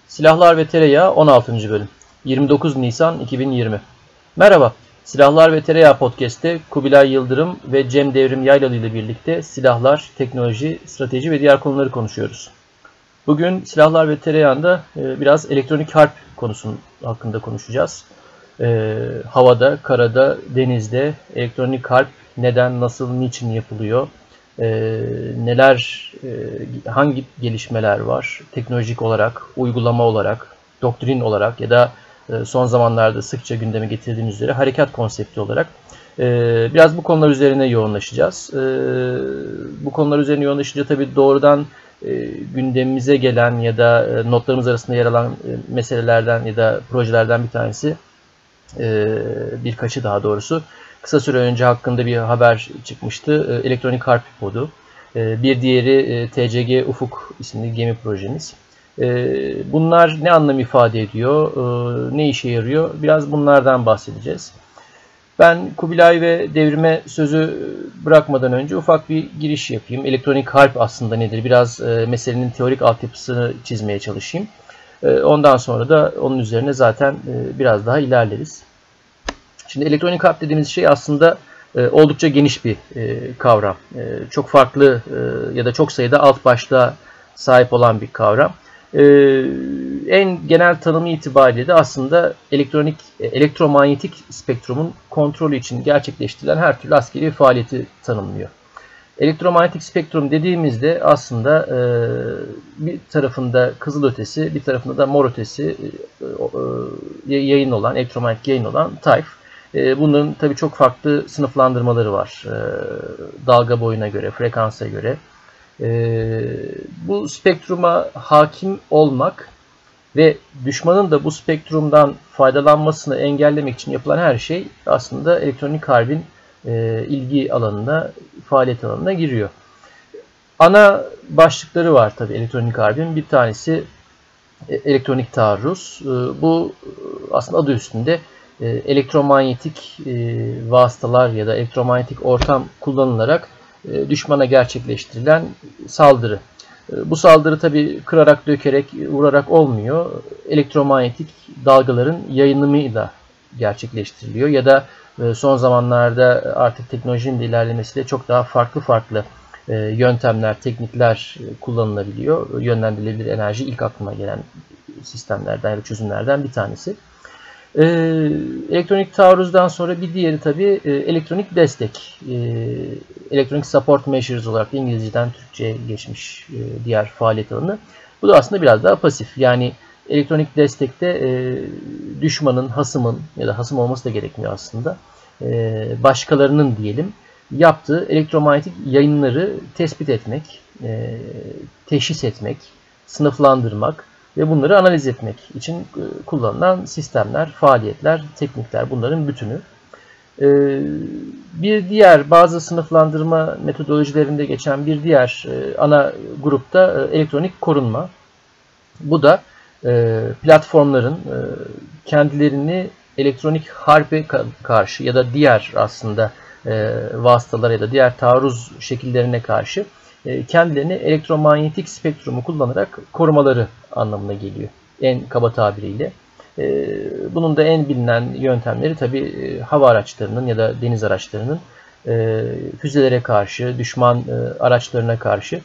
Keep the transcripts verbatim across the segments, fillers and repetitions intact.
Silahlar ve Tereyağı on altıncı bölüm yirmi dokuz Nisan iki bin yirmi. Merhaba, Silahlar ve Tereyağı Podcast'te Kubilay Yıldırım ve Cem Devrim Yaylalı ile birlikte silahlar, teknoloji, strateji ve diğer konuları konuşuyoruz. Bugün Silahlar ve Tereyağı'nda biraz elektronik harp konusunun hakkında konuşacağız. E, havada, karada, denizde elektronik harp neden, nasıl, niçin yapılıyor? E, neler, e, hangi gelişmeler var? Teknolojik olarak, uygulama olarak, doktrin olarak ya da e, son zamanlarda sıkça gündeme getirdiğimiz üzere harekat konsepti olarak e, biraz bu konular üzerine yoğunlaşacağız. E, bu konular üzerine yoğunlaşınca tabii doğrudan e, gündemimize gelen ya da e, notlarımız arasında yer alan e, meselelerden ya da projelerden bir tanesi, e, birkaçı daha doğrusu. Kısa süre önce hakkında bir haber çıkmıştı. E, elektronik harp modu. E, bir diğeri e, T C G Ufuk isimli gemi projemiz. E, bunlar ne anlam ifade ediyor, e, ne işe yarıyor? Biraz bunlardan bahsedeceğiz. Ben Kubilay ve Devrim'e sözü bırakmadan önce ufak bir giriş yapayım. Elektronik harp aslında nedir? Biraz e, meselenin teorik altyapısını çizmeye çalışayım. E, ondan sonra da onun üzerine zaten e, biraz daha ilerleriz. Şimdi elektronik harp dediğimiz şey aslında e, oldukça geniş bir e, kavram. E, çok farklı e, ya da çok sayıda alt başlığa sahip olan bir kavram. E, en genel tanımı itibariyle de aslında elektronik, e, elektromanyetik spektrumun kontrolü için gerçekleştirilen her türlü askeri faaliyeti tanımlıyor. Elektromanyetik spektrum dediğimizde aslında e, bir tarafında kızılötesi, bir tarafında da morötesi e, e, yayın olan, elektromanyetik yayın olan tayf. E, bunların tabii çok farklı sınıflandırmaları var. E, dalga boyuna göre, frekansa göre. E, bu spektruma hakim olmak ve düşmanın da bu spektrumdan faydalanmasını engellemek için yapılan her şey aslında elektronik harbin e, ilgi alanına, faaliyet alanına giriyor. Ana başlıkları var tabii elektronik harbin. Bir tanesi e, elektronik taarruz. E, bu aslında adı üstünde e, elektromanyetik e, vasıtalar ya da elektromanyetik ortam kullanılarak e, düşmana gerçekleştirilen saldırı. E, bu saldırı tabii kırarak, dökerek, vurarak olmuyor. Elektromanyetik dalgaların yayınımıyla gerçekleştiriliyor ya da son zamanlarda artık teknolojinin de ilerlemesiyle çok daha farklı farklı yöntemler, teknikler kullanılabiliyor. Yönlendirilebilir enerji ilk aklıma gelen sistemlerden ya da çözümlerden bir tanesi. Elektronik taarruzdan sonra bir diğeri tabii elektronik destek. Elektronik support measures olarak da İngilizceden Türkçe'ye geçmiş diğer faaliyet alanı. Bu da aslında biraz daha pasif. Yani elektronik destekte e, düşmanın, hasımın ya da hasım olması da gerekmiyor aslında. E, başkalarının diyelim yaptığı elektromanyetik yayınları tespit etmek, e, teşhis etmek, sınıflandırmak ve bunları analiz etmek için e, kullanılan sistemler, faaliyetler, teknikler bunların bütünü. E, bir diğer bazı sınıflandırma metodolojilerinde geçen bir diğer e, ana grupta e, elektronik korunma. Bu da platformların kendilerini elektronik harbe karşı ya da diğer aslında vasıtalara ya da diğer taarruz şekillerine karşı kendilerini elektromanyetik spektrumu kullanarak korumaları anlamına geliyor. En kaba tabiriyle. Bunun da en bilinen yöntemleri tabii hava araçlarının ya da deniz araçlarının füzelere karşı, düşman araçlarına karşı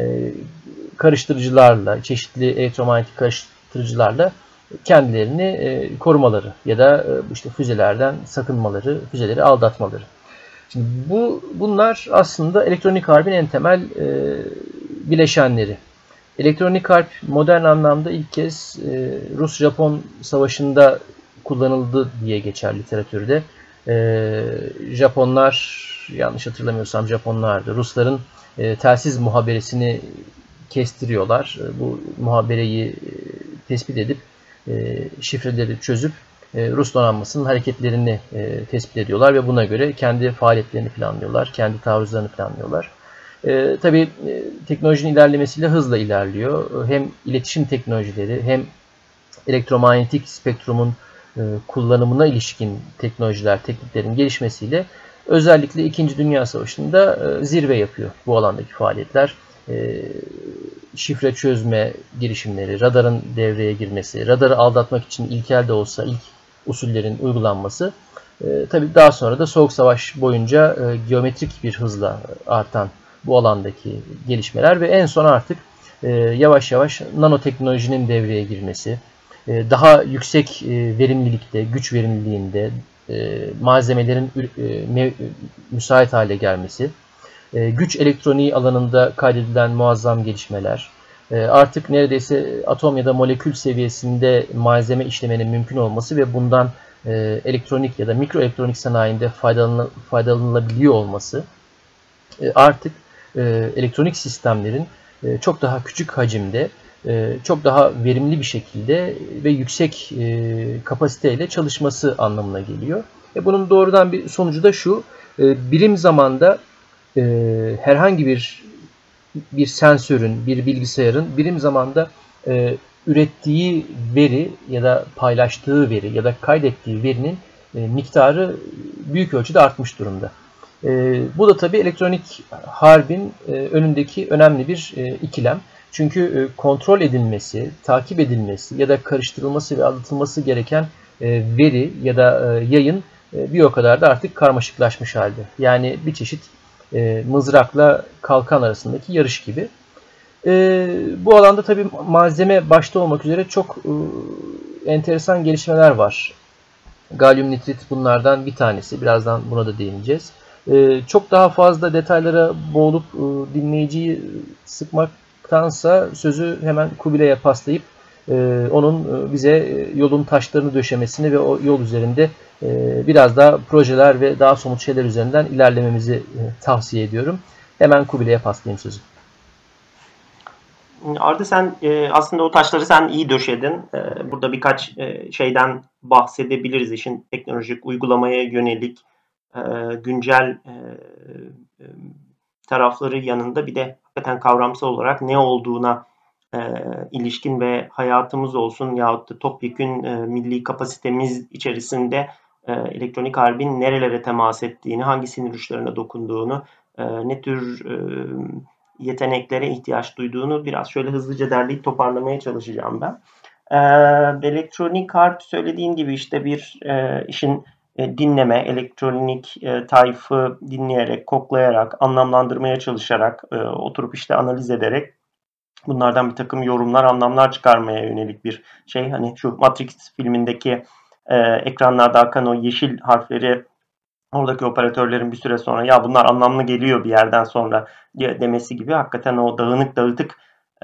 karıştırıcılarla, çeşitli elektromanyetik karıştırıcılarla kendilerini korumaları ya da işte füzelerden sakınmaları, füzeleri aldatmaları. Şimdi bu bunlar aslında elektronik harbin en temel e, bileşenleri. Elektronik harp modern anlamda ilk kez e, Rus-Japon savaşında kullanıldı diye geçer literatürde. E, Japonlar, yanlış hatırlamıyorsam Japonlardı. Rusların e, telsiz muhaberesini kestiriyorlar. Bu muhabereyi tespit edip şifreleri çözüp Rus donanmasının hareketlerini tespit ediyorlar ve buna göre kendi faaliyetlerini planlıyorlar, kendi taarruzlarını planlıyorlar. E, tabii teknolojinin ilerlemesiyle hızla ilerliyor. Hem iletişim teknolojileri hem elektromanyetik spektrumun e, kullanımına ilişkin teknolojiler, tekniklerin gelişmesiyle özellikle İkinci Dünya Savaşı'nda e, zirve yapıyor bu alandaki faaliyetler. e, şifre çözme girişimleri, radarın devreye girmesi, radarı aldatmak için ilkel de olsa ilk usullerin uygulanması, e, tabii daha sonra da Soğuk Savaş boyunca e, geometrik bir hızla artan bu alandaki gelişmeler ve en son artık e, yavaş yavaş nanoteknolojinin devreye girmesi, e, daha yüksek e, verimlilikte, güç verimliliğinde e, malzemelerin e, müsait hale gelmesi, e, güç elektroniği alanında kaydedilen muazzam gelişmeler, e, artık neredeyse atom ya da molekül seviyesinde malzeme işlemenin mümkün olması ve bundan e, elektronik ya da mikroelektronik sanayinde faydalanı, faydalanılabiliyor olması, e, artık e, elektronik sistemlerin e, çok daha küçük hacimde, e, çok daha verimli bir şekilde ve yüksek e, kapasiteyle çalışması anlamına geliyor. E, bunun doğrudan bir sonucu da şu: e, birim zamanda e, herhangi bir bir sensörün, bir bilgisayarın birim zamanda e, ürettiği veri ya da paylaştığı veri ya da kaydettiği verinin e, miktarı büyük ölçüde artmış durumda. E, bu da tabii elektronik harbin e, önündeki önemli bir e, ikilem. Çünkü e, kontrol edilmesi, takip edilmesi ya da karıştırılması ve aldatılması gereken e, veri ya da e, yayın e, bir o kadar da artık karmaşıklaşmış halde. Yani bir çeşit e, mızrakla kalkan arasındaki yarış gibi. E, bu alanda tabii malzeme başta olmak üzere çok e, enteresan gelişmeler var. Galyum nitrit bunlardan bir tanesi. Birazdan buna da değineceğiz. E, çok daha fazla detaylara boğulup e, dinleyiciyi sıkmaktansa sözü hemen Kubilay'a paslayıp e, onun bize yolun taşlarını döşemesini ve o yol üzerinde e, biraz daha projeler ve daha somut şeyler üzerinden ilerlememizi e, tavsiye ediyorum. Hemen Kubilay'a paslayayım sözü. Arda sen e, aslında o taşları sen iyi döşedin. E, burada birkaç e, şeyden bahsedebiliriz. İşin teknolojik uygulamaya yönelik e, güncel e, e, tarafları yanında bir de hakikaten kavramsal olarak ne olduğuna e, ilişkin ve hayatımız olsun yahut da topyekün e, milli kapasitemiz içerisinde e, elektronik harbin nerelere temas ettiğini, hangi sinir uçlarına dokunduğunu, e, ne tür e, yeteneklere ihtiyaç duyduğunu biraz şöyle hızlıca derleyip toparlamaya çalışacağım ben. Ee, elektronik harp söylediğin gibi işte bir e, işin e, dinleme, elektronik e, tayfı dinleyerek, koklayarak, anlamlandırmaya çalışarak, e, oturup işte analiz ederek bunlardan bir takım yorumlar, anlamlar çıkarmaya yönelik bir şey. Hani şu Matrix filmindeki e, ekranlarda akan o yeşil harfleri oradaki operatörlerin bir süre sonra ya bunlar anlamlı geliyor bir yerden sonra demesi gibi hakikaten o dağınık dağıtık e,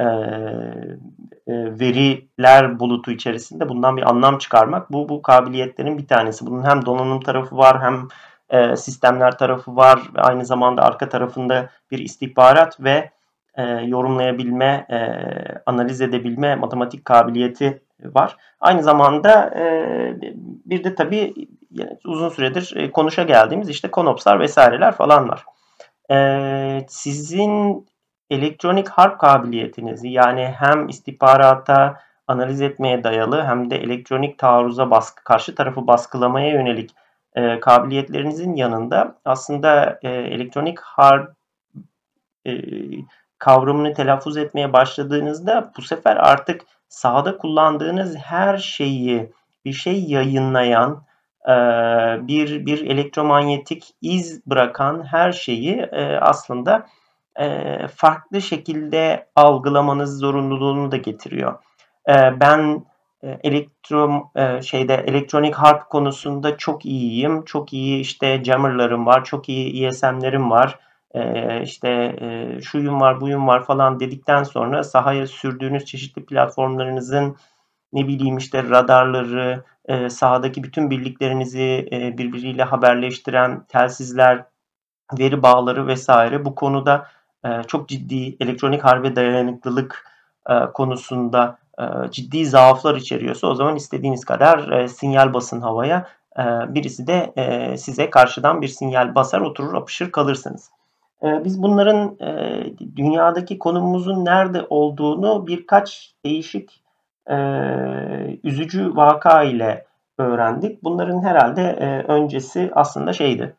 e, veriler bulutu içerisinde bundan bir anlam çıkarmak bu bu kabiliyetlerin bir tanesi. Bunun hem donanım tarafı var hem e, sistemler tarafı var ve aynı zamanda arka tarafında bir istihbarat ve e, yorumlayabilme, e, analiz edebilme matematik kabiliyeti var. Aynı zamanda e, bir de tabii yani uzun süredir e, konuşa geldiğimiz işte konopslar vesaireler falan var. E, sizin elektronik harp kabiliyetinizi yani hem istihbarata analiz etmeye dayalı hem de elektronik taarruza baskı, karşı tarafı baskılamaya yönelik e, kabiliyetlerinizin yanında aslında e, elektronik harp e, kavramını telaffuz etmeye başladığınızda bu sefer artık sahada kullandığınız her şeyi bir şey yayınlayan, e, bir bir elektromanyetik iz bırakan her şeyi e, aslında e, farklı şekilde algılamanız zorunluluğunu da getiriyor. E, ben e, elektro e, şeyde elektronik harp konusunda çok iyiyim. Çok iyi işte jammer'larım var, çok iyi E S M'lerim var. E, işte e, şuyum var, buyum var falan dedikten sonra sahaya sürdüğünüz çeşitli platformlarınızın ne bileyim işte radarları, e, sahadaki bütün birliklerinizi e, birbiriyle haberleştiren telsizler, veri bağları vesaire bu konuda e, çok ciddi elektronik harbe dayanıklılık e, konusunda e, ciddi zaaflar içeriyorsa o zaman istediğiniz kadar e, sinyal basın havaya. E, birisi de e, size karşıdan bir sinyal basar oturur apışır kalırsınız. E, biz bunların e, dünyadaki konumumuzun nerede olduğunu birkaç değişik e, üzücü vaka ile öğrendik. Bunların herhalde e, öncesi aslında şeydi.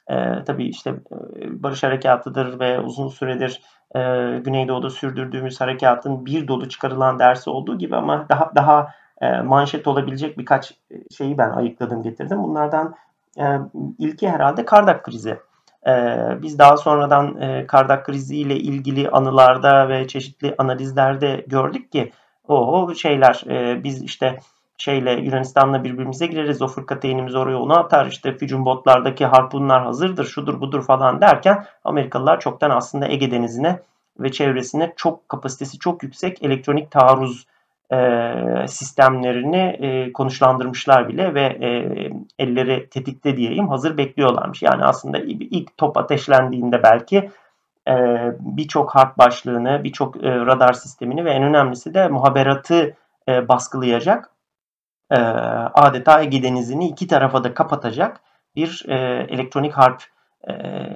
E, tabii işte e, Barış Harekatı'dır ve uzun süredir e, Güneydoğu'da sürdürdüğümüz harekatın bir dolu çıkarılan dersi olduğu gibi ama daha daha e, manşet olabilecek birkaç şeyi ben ayıkladım getirdim. Bunlardan e, ilki herhalde Kardak krizi. E, biz daha sonradan e, Kardak krizi ile ilgili anılarda ve çeşitli analizlerde gördük ki o şeyler e, biz işte şeyle Yunanistan'la birbirimize gireriz. O fırkateynimiz oraya onu atar. İşte fücun botlardaki harpunlar hazırdır. Şudur budur falan derken Amerikalılar çoktan aslında Ege Denizi'ne ve çevresine çok kapasitesi çok yüksek elektronik taarruz e, sistemlerini e, konuşlandırmışlar bile ve e, elleri tetikte diyeyim hazır bekliyorlarmış. Yani aslında ilk top ateşlendiğinde belki e, birçok harp başlığını, birçok e, radar sistemini ve en önemlisi de muhaberatı e, baskılayacak e, adeta Ege Denizi'ni iki tarafa da kapatacak bir e, elektronik harp e,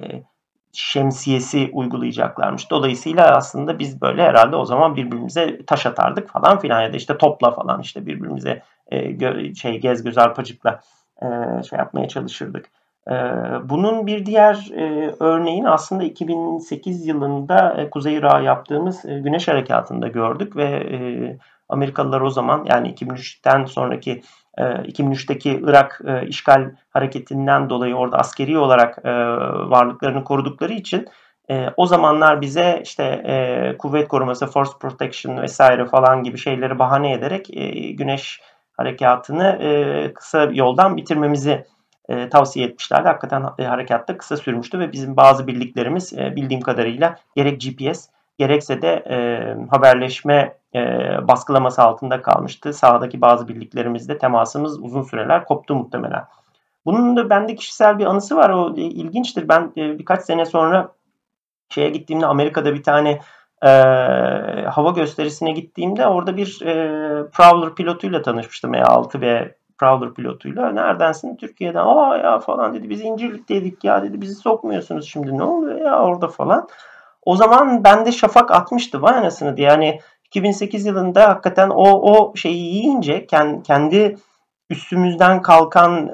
şemsiyesi uygulayacaklarmış. Dolayısıyla aslında biz böyle herhalde o zaman birbirimize taş atardık falan filan ya da işte topla falan işte birbirimize e, gö- şey gez göz arpacıkla e, şey yapmaya çalışırdık. E, bunun bir diğer e, örneğini aslında iki bin sekiz yılında e, Kuzey Irak'a yaptığımız e, Güneş Harekatı'nda gördük ve e, Amerikalılar o zaman yani iki bin üçten sonraki iki bin üçteki Irak işgal hareketinden dolayı orada askeri olarak varlıklarını korudukları için o zamanlar bize işte kuvvet koruması, force protection vesaire falan gibi şeyleri bahane ederek Güneş harekatını kısa yoldan bitirmemizi tavsiye etmişlerdi. Hakikaten harekatta kısa sürmüştü ve bizim bazı birliklerimiz bildiğim kadarıyla gerek G P S gerekse de haberleşme baskılaması altında kalmıştı. Sahadaki bazı birliklerimizle temasımız uzun süreler koptu muhtemelen. Bunun da bende kişisel bir anısı var. O ilginçtir. Ben birkaç sene sonra şeye gittiğimde Amerika'da bir tane e, hava gösterisine gittiğimde orada bir e, Prowler pilotuyla tanışmıştım. E altı ve Prowler pilotuyla. Neredensin? Türkiye'den. Aa ya falan dedi. Biz İncirlik'teydik ya dedi. Bizi sokmuyorsunuz şimdi. Ne oluyor ya orada falan. O zaman bende şafak atmıştı. Vay anasını diye. Yani iki bin sekiz yılında hakikaten o o şeyi yiyince kendi üstümüzden kalkan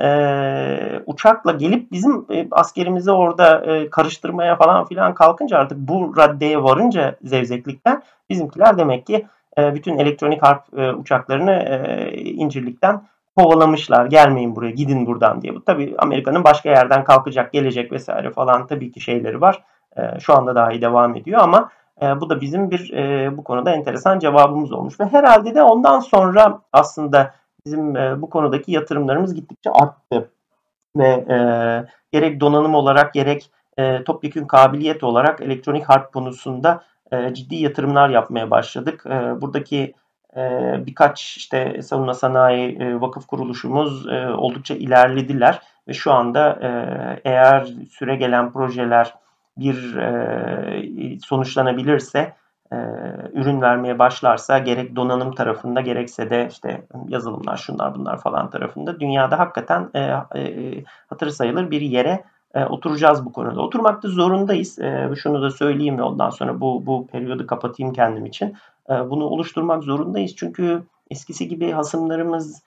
e, uçakla gelip bizim e, askerimizi orada e, karıştırmaya falan filan kalkınca artık bu raddeye varınca zevzeklikten bizimkiler demek ki e, bütün elektronik harp e, uçaklarını e, İncirlik'ten kovalamışlar. Gelmeyin buraya, gidin buradan diye. Bu tabii Amerika'nın başka yerden kalkacak, gelecek vesaire falan tabii ki şeyleri var. E, şu anda dahi devam ediyor ama e, bu da bizim bir e, bu konuda enteresan cevabımız olmuş ve herhalde de ondan sonra aslında bizim e, bu konudaki yatırımlarımız gittikçe arttı ve e, gerek donanım olarak gerek e, topyekün kabiliyet olarak elektronik harp konusunda e, ciddi yatırımlar yapmaya başladık. E, buradaki e, birkaç işte savunma sanayi e, vakıf kuruluşumuz e, oldukça ilerlediler ve şu anda e, eğer süre gelen projeler bir e, sonuçlanabilirse e, ürün vermeye başlarsa gerek donanım tarafında gerekse de işte yazılımlar şunlar bunlar falan tarafında dünyada hakikaten e, e, hatırı sayılır bir yere e, oturacağız bu konuda. Oturmak da zorundayız. E, şunu da söyleyeyim ve ondan sonra bu bu periyodu kapatayım kendim için. E, bunu oluşturmak zorundayız çünkü eskisi gibi hasımlarımız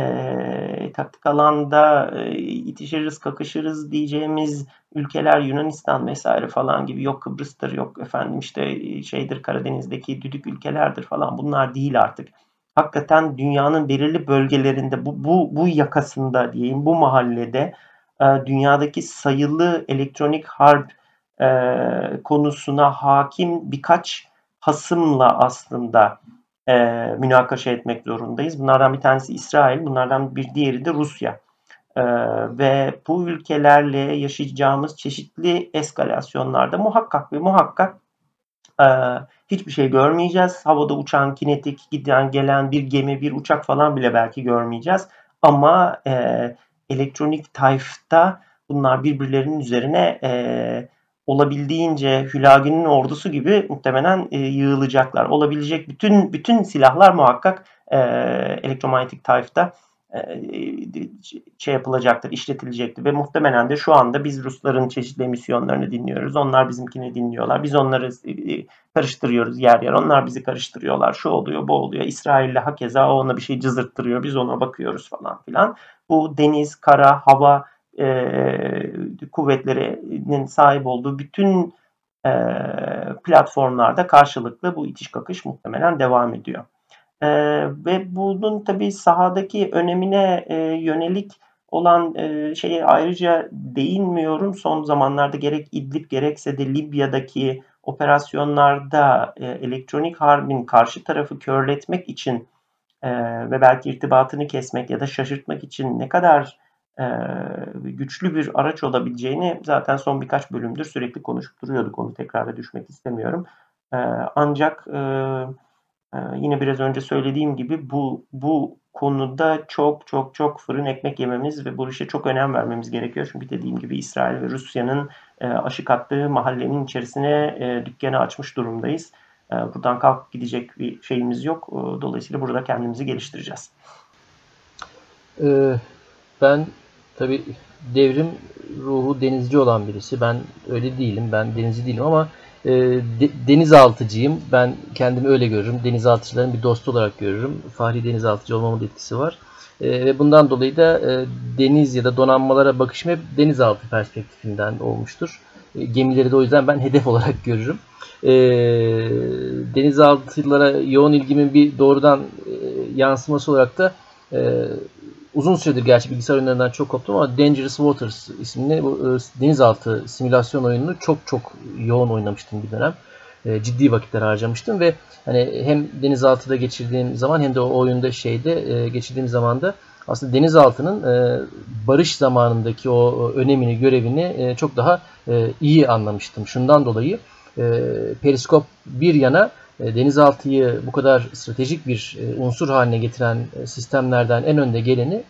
e, taktik alanda e, itişiriz kakışırız diyeceğimiz ülkeler Yunanistan vesaire falan gibi yok Kıbrıs'tır yok efendim işte şeydir Karadeniz'deki düdük ülkelerdir falan bunlar değil artık. Hakikaten dünyanın belirli bölgelerinde bu, bu, bu yakasında diyeyim bu mahallede e, dünyadaki sayılı elektronik harp e, konusuna hakim birkaç hasımla aslında e, münakaşa etmek zorundayız. Bunlardan bir tanesi İsrail, bunlardan bir diğeri de Rusya. Ee, ve bu ülkelerle yaşayacağımız çeşitli eskalasyonlarda muhakkak ve muhakkak e, hiçbir şey görmeyeceğiz. Havada uçan, kinetik, giden, gelen bir gemi, bir uçak falan bile belki görmeyeceğiz. Ama e, elektronik tayfta bunlar birbirlerinin üzerine e, olabildiğince Hülagu'nun ordusu gibi muhtemelen e, yığılacaklar. Olabilecek bütün bütün silahlar muhakkak e, elektromanyetik tayfta şey yapılacaktır, işletilecektir ve muhtemelen de şu anda biz Rusların çeşitli emisyonlarını dinliyoruz. Onlar bizimkini dinliyorlar. Biz onları karıştırıyoruz yer yer. Onlar bizi karıştırıyorlar. Şu oluyor, bu oluyor. İsrail'le hakeza o ona bir şey cızırttırıyor. Biz ona bakıyoruz falan filan. Bu deniz, kara, hava e, kuvvetlerinin sahip olduğu bütün e, platformlarda karşılıklı bu itiş kakış muhtemelen devam ediyor. E, ve bunun tabii sahadaki önemine e, yönelik olan e, şeye ayrıca değinmiyorum. Son zamanlarda gerek İdlib gerekse de Libya'daki operasyonlarda e, elektronik harbin karşı tarafı körletmek için e, ve belki irtibatını kesmek ya da şaşırtmak için ne kadar e, güçlü bir araç olabileceğini zaten son birkaç bölümdür sürekli konuşup duruyorduk. Onu tekrara düşmek istemiyorum. E, ancak e, e, yine biraz önce söylediğim gibi bu bu konuda çok çok çok fırın ekmek yememiz ve bu işe çok önem vermemiz gerekiyor. Çünkü dediğim gibi İsrail ve Rusya'nın e, aşık attığı mahallenin içerisine e, dükkanı açmış durumdayız. E, buradan kalkıp gidecek bir şeyimiz yok. E, dolayısıyla burada kendimizi geliştireceğiz. Ee, ben tabii devrim ruhu denizci olan birisi. Ben öyle değilim. Ben denizci değilim ama e, de, denizaltıcıyım. Ben kendimi öyle görürüm. Denizaltıcıların bir dostu olarak görürüm. Fahri denizaltıcı olmamın da etkisi var. E, ve bundan dolayı da e, deniz ya da donanmalara bakışım hep denizaltı perspektifinden olmuştur. E, gemileri de o yüzden ben hedef olarak görürüm. E, denizaltılara yoğun ilgimin bir doğrudan e, yansıması olarak da e, uzun süredir gerçi bilgisayar oyunlarından çok koptum ama Dangerous Waters isimli bu denizaltı simülasyon oyununu çok çok yoğun oynamıştım bir dönem. E, ciddi vakitler harcamıştım ve hani hem denizaltıda geçirdiğim zaman hem de o oyunda şeyde e, geçirdiğim zamanda aslında denizaltının e, barış zamanındaki o önemini, görevini e, çok daha e, iyi anlamıştım. Şundan dolayı e, periskop bir yana e, denizaltıyı bu kadar stratejik bir e, unsur haline getiren e, sistemlerden en önde geleni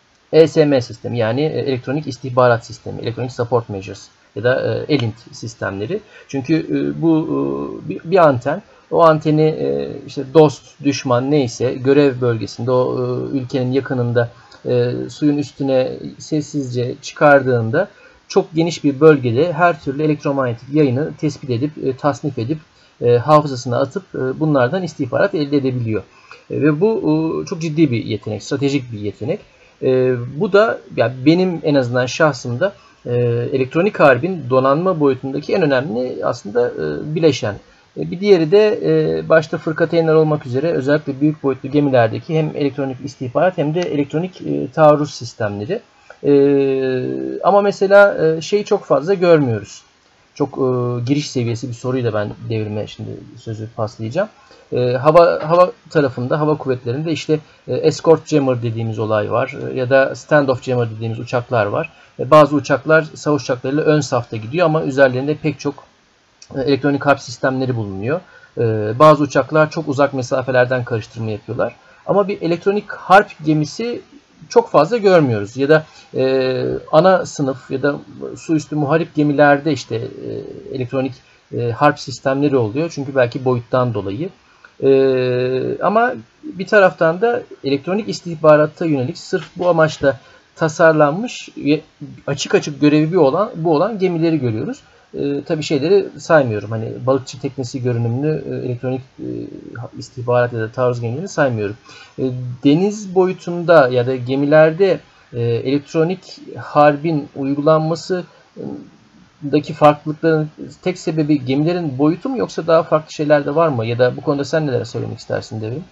E S M sistemi, yani elektronik istihbarat sistemi, elektronik support measures ya da E L I N T sistemleri. Çünkü e, bu e, bir, bir anten, o anteni e, işte dost, düşman neyse görev bölgesinde o e, ülkenin yakınında e, suyun üstüne sessizce çıkardığında çok geniş bir bölgede her türlü elektromanyetik yayını tespit edip, e, tasnif edip, e, hafızasına atıp e, bunlardan istihbarat elde edebiliyor. E, ve bu e, çok ciddi bir yetenek, stratejik bir yetenek. E, bu da yani benim en azından şahsımda e, elektronik harbin donanma boyutundaki en önemli aslında e, bileşen. E, bir diğeri de e, başta fırkateynler olmak üzere özellikle büyük boyutlu gemilerdeki hem elektronik istihbarat hem de elektronik e, taarruz sistemleri. E, ama mesela e, şeyi çok fazla görmüyoruz. Çok e, giriş seviyesi bir soruyla ben devrime şimdi sözü paslayacağım. E, hava hava tarafında, hava kuvvetlerinde işte e, escort jammer dediğimiz olay var e, ya da standoff jammer dediğimiz uçaklar var. E, bazı uçaklar savaş uçaklarıyla ön safta gidiyor ama üzerlerinde pek çok e, elektronik harp sistemleri bulunuyor. E, bazı uçaklar çok uzak mesafelerden karıştırma yapıyorlar. Ama bir elektronik harp gemisi çok fazla görmüyoruz. Ya da e, ana sınıf ya da su üstü muharip gemilerde işte e, elektronik e, harp sistemleri oluyor. Çünkü belki boyuttan dolayı. E, ama bir taraftan da elektronik istihbarata yönelik sırf bu amaçla tasarlanmış açık açık görevi bir olan bu olan gemileri görüyoruz. E, tabii şeyleri saymıyorum. Hani balıkçı teknesi görünümlü e, elektronik e, istihbarat ya da taarruz gemilerini saymıyorum. E, deniz boyutunda ya da gemilerde e, elektronik harbin uygulanması daki farklılıkların tek sebebi gemilerin boyutu mu yoksa daha farklı şeyler de var mı? Ya da bu konuda sen neler söylemek istersin Devrim?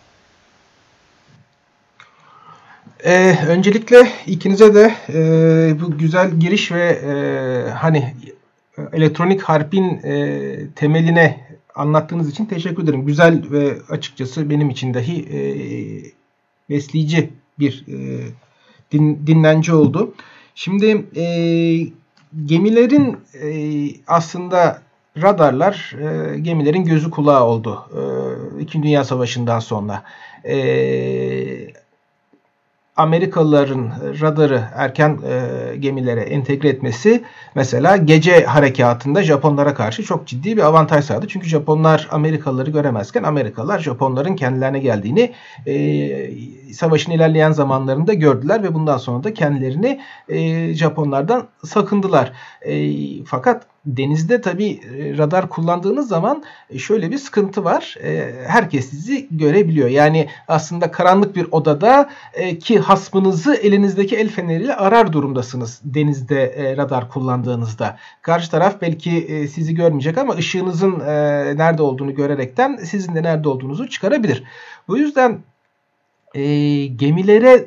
Ee, öncelikle ikinize de e, bu güzel giriş ve e, hani elektronik harpin e, temeline anlattığınız için teşekkür ederim. Güzel ve açıkçası benim için dahi e, besleyici bir e, din, dinlence oldu. Şimdi e, gemilerin e, aslında radarlar e, gemilerin gözü kulağı oldu. E, İkinci Dünya Savaşı'ndan sonra. E, Amerikalıların radarı erken e, gemilere entegre etmesi mesela gece harekatında Japonlara karşı çok ciddi bir avantaj sağladı. Çünkü Japonlar Amerikalıları göremezken Amerikalılar Japonların kendilerine geldiğini e, savaşın ilerleyen zamanlarında gördüler ve bundan sonra da kendilerini e, Japonlardan sakındılar. E, fakat denizde tabii radar kullandığınız zaman şöyle bir sıkıntı var. Herkes sizi görebiliyor. Yani aslında karanlık bir odada ki hasmınızı elinizdeki el feneriyle arar durumdasınız denizde radar kullandığınızda. Karşı taraf belki sizi görmeyecek ama ışığınızın nerede olduğunu görerekten sizin de nerede olduğunuzu çıkarabilir. Bu yüzden gemilere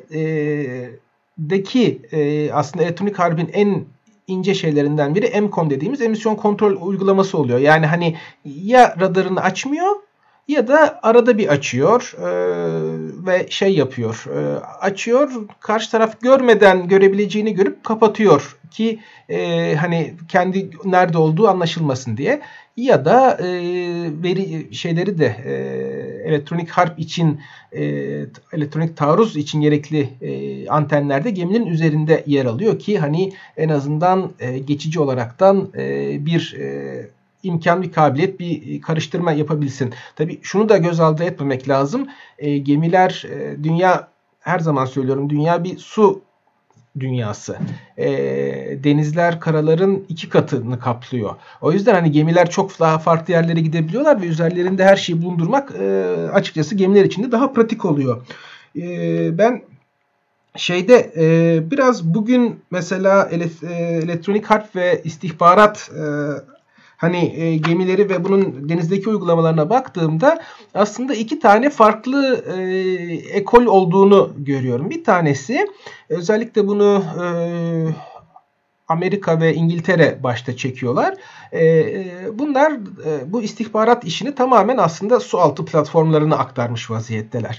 deki aslında elektronik harbin en ince şeylerinden biri EMCON dediğimiz emisyon kontrol uygulaması oluyor. Yani hani ya radarını açmıyor ya da arada bir açıyor e, ve şey yapıyor. E, açıyor, karşı taraf görmeden görebileceğini görüp kapatıyor ki e, hani kendi nerede olduğu anlaşılmasın diye. Ya da e, veri şeyleri de e, elektronik harp için, e, elektronik taarruz için gerekli e, antenler de geminin üzerinde yer alıyor ki hani en azından e, geçici olaraktan e, bir e, imkan, bir kabiliyet, bir karıştırma yapabilsin. Tabii şunu da göz ardı etmemek lazım. E, gemiler, e, dünya, her zaman söylüyorum, dünya bir su dünyası. E, denizler karaların iki katını kaplıyor. O yüzden hani gemiler çok daha farklı yerlere gidebiliyorlar ve üzerlerinde her şeyi bulundurmak e, açıkçası gemiler için de daha pratik oluyor. E, ben şeyde e, biraz bugün mesela ele, e, elektronik harp ve istihbarat e, hani e, gemileri ve bunun denizdeki uygulamalarına baktığımda aslında iki tane farklı e, ekol olduğunu görüyorum. Bir tanesi özellikle bunu e, Amerika ve İngiltere başta çekiyorlar. E, bunlar e, bu istihbarat işini tamamen aslında sualtı platformlarına aktarmış vaziyetteler.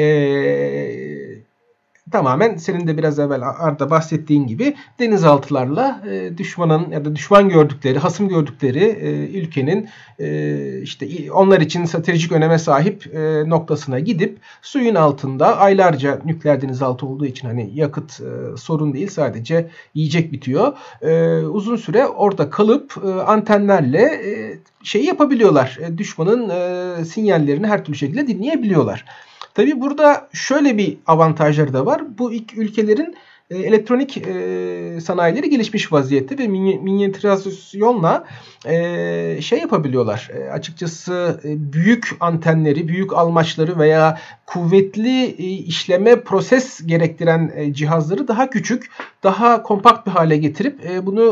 E, Tamamen senin de biraz evvel Arda bahsettiğin gibi denizaltılarla e, düşmanın ya da düşman gördükleri, hasım gördükleri e, ülkenin e, işte onlar için stratejik öneme sahip e, noktasına gidip suyun altında aylarca, nükleer denizaltı olduğu için hani yakıt e, sorun değil, sadece yiyecek bitiyor. E, uzun süre orada kalıp e, antenlerle e, şey yapabiliyorlar. E, düşmanın e, sinyallerini her türlü şekilde dinleyebiliyorlar. Tabii burada şöyle bir avantajları da var. Bu ilk ülkelerin e, elektronik e, sanayileri gelişmiş vaziyette ve minyatürizasyonla e, şey yapabiliyorlar. E, açıkçası e, büyük antenleri, büyük almaçları veya kuvvetli e, işleme proses gerektiren e, cihazları daha küçük, daha kompakt bir hale getirip e, bunu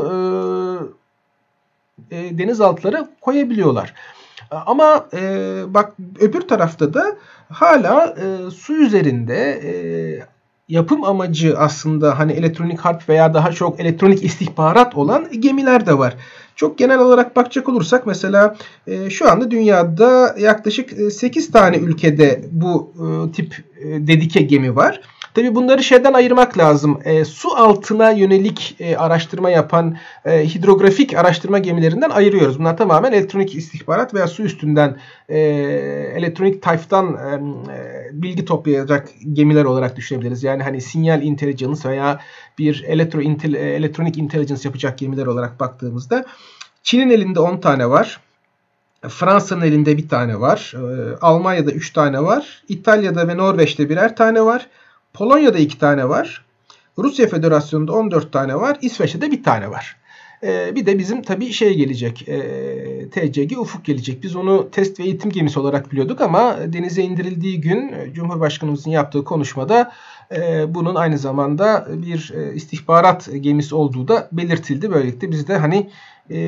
e, e, denizaltılara koyabiliyorlar. Ama e, bak öbür tarafta da hala e, su üzerinde e, yapım amacı aslında hani elektronik harp veya daha çok elektronik istihbarat olan gemiler de var. Çok genel olarak bakacak olursak mesela e, şu anda dünyada yaklaşık sekiz tane ülkede bu e, tip e, dedike gemi var. Tabii bunları şeyden ayırmak lazım. E, su altına yönelik e, araştırma yapan e, hidrografik araştırma gemilerinden ayırıyoruz. Bunlar tamamen elektronik istihbarat veya su üstünden e, elektronik tayftan e, bilgi toplayacak gemiler olarak düşünebiliriz. Yani hani sinyal intelligence veya bir elektro, intel, elektronik intelligence yapacak gemiler olarak baktığımızda Çin'in elinde on tane var. Fransa'nın elinde bir tane var. E, Almanya'da üç tane var. İtalya'da ve Norveç'te birer tane var. Polonya'da iki tane var. Rusya Federasyonu'nda on dört tane var. İsveç'te de bir tane var. Ee, bir de bizim tabii şey gelecek. E, T C G Ufuk gelecek. Biz onu test ve eğitim gemisi olarak biliyorduk ama denize indirildiği gün Cumhurbaşkanımızın yaptığı konuşmada e, bunun aynı zamanda bir e, istihbarat gemisi olduğu da belirtildi. Böylelikle biz de hani e,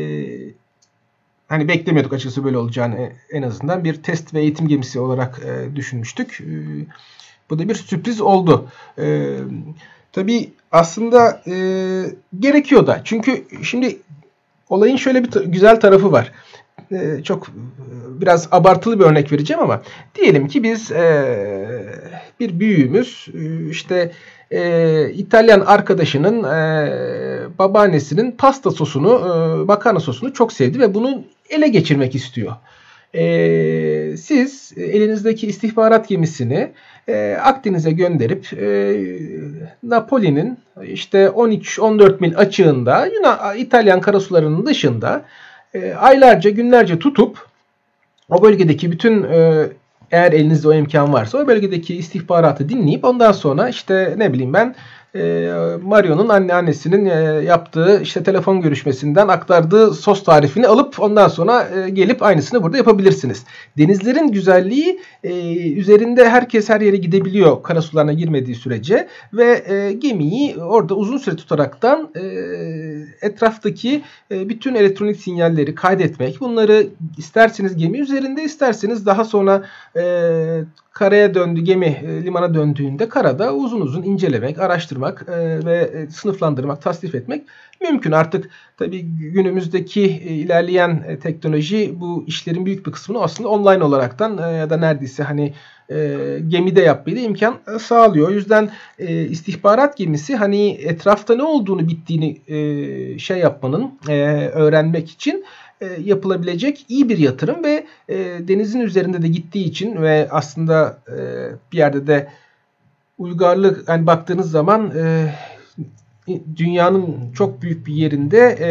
hani beklemiyorduk açıkçası böyle olacağını, en azından bir test ve eğitim gemisi olarak e, düşünmüştük. E, Bu da bir sürpriz oldu. Ee, tabii aslında e, gerekiyor da. Çünkü şimdi olayın şöyle bir güzel tarafı var. Ee, çok biraz abartılı bir örnek vereceğim ama diyelim ki biz e, bir büyüğümüz işte e, İtalyan arkadaşının e, babaannesinin pasta sosunu, e, makarna sosunu çok sevdi ve bunu ele geçirmek istiyor. Ee, siz elinizdeki istihbarat gemisini e, Akdeniz'e gönderip e, Napoli'nin işte on üç on dört mil açığında Yunan, İtalyan karasularının dışında e, aylarca günlerce tutup o bölgedeki bütün e, eğer elinizde o imkan varsa o bölgedeki istihbaratı dinleyip ondan sonra işte ne bileyim ben Mario'nun anneannesinin yaptığı işte telefon görüşmesinden aktardığı sos tarifini alıp ondan sonra gelip aynısını burada yapabilirsiniz. Denizlerin güzelliği, üzerinde herkes her yere gidebiliyor karasularına girmediği sürece ve gemiyi orada uzun süre tutaraktan etraftaki bütün elektronik sinyalleri kaydetmek, bunları isterseniz gemi üzerinde, isterseniz daha sonra karaya döndü, gemi limana döndüğünde karada uzun uzun incelemek, araştırmak ve sınıflandırmak, tasnif etmek mümkün. Artık tabii günümüzdeki ilerleyen teknoloji bu işlerin büyük bir kısmını aslında online olaraktan ya da neredeyse hani gemide yapmayı da imkan sağlıyor. O yüzden istihbarat gemisi hani etrafta ne olduğunu, bittiğini şey yapmanın, öğrenmek için yapılabilecek iyi bir yatırım ve e, denizin üzerinde de gittiği için ve aslında e, bir yerde de uygarlık, yani baktığınız zaman e, dünyanın çok büyük bir yerinde e,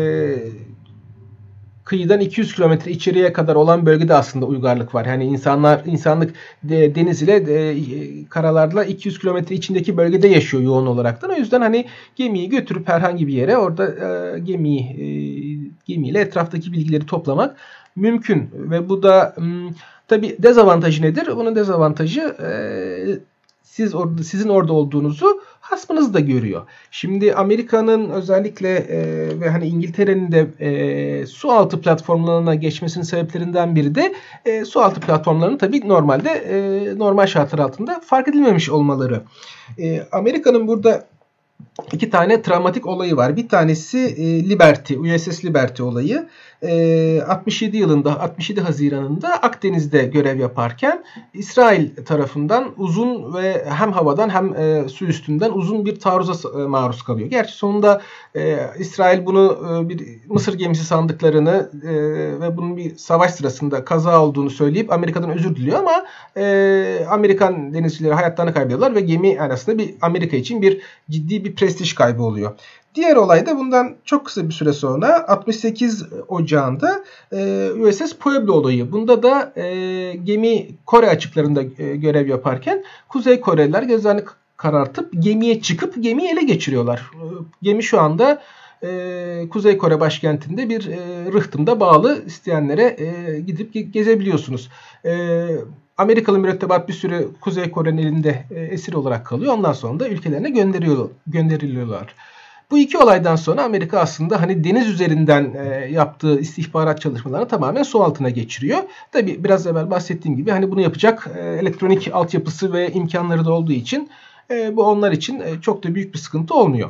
kıyıdan iki yüz kilometre içeriye kadar olan bölgede aslında uygarlık var. Yani insanlar, insanlık de, deniz ile de, karalarla iki yüz kilometre içindeki bölgede yaşıyor yoğun olaraktan. O yüzden hani gemiyi götürüp herhangi bir yere orada e, gemiyi e, gemiyle etraftaki bilgileri toplamak mümkün. Ve bu da m, tabii dezavantajı nedir? Bunun dezavantajı e, siz orada, sizin orada olduğunuzu hasmınız da görüyor. Şimdi Amerika'nın özellikle e, ve hani İngiltere'nin de e, su altı platformlarına geçmesinin sebeplerinden biri de e, su altı platformlarının tabii normalde e, normal şartlar altında fark edilmemiş olmaları. E, Amerika'nın burada iki tane travmatik olayı var. Bir tanesi e, Liberty, U S S Liberty olayı. E, altmış yedi yılında, altmış yedi Haziran'ında Akdeniz'de görev yaparken İsrail tarafından uzun ve hem havadan hem e, su üstünden uzun bir taarruza e, maruz kalıyor. Gerçi sonunda e, İsrail bunu e, bir Mısır gemisi sandıklarını e, ve bunun bir savaş sırasında kaza olduğunu söyleyip Amerika'dan özür diliyor ama e, Amerikan denizcileri hayatlarını kaybediyorlar ve gemi yani aslında bir Amerika için bir ciddi bir prestij kaybı oluyor. Diğer olay da bundan çok kısa bir süre sonra altmış sekiz Ocağı'nda e, U S S Pueblo olayı. Bunda da e, gemi Kore açıklarında e, görev yaparken Kuzey Koreliler gözlerini karartıp gemiye çıkıp gemiyi ele geçiriyorlar. E, gemi şu anda e, Kuzey Kore başkentinde bir e, rıhtımda bağlı, isteyenlere e, gidip ge- gezebiliyorsunuz. E, Amerikalı mürettebat bir süre Kuzey Kore'nin elinde e, esir olarak kalıyor. Ondan sonra da ülkelerine gönderiyor, gönderiliyorlar. Bu iki olaydan sonra Amerika aslında hani deniz üzerinden e, yaptığı istihbarat çalışmalarını tamamen su altına geçiriyor. Tabii biraz evvel bahsettiğim gibi hani bunu yapacak e, elektronik altyapısı ve imkanları da olduğu için e, bu onlar için e, çok da büyük bir sıkıntı olmuyor.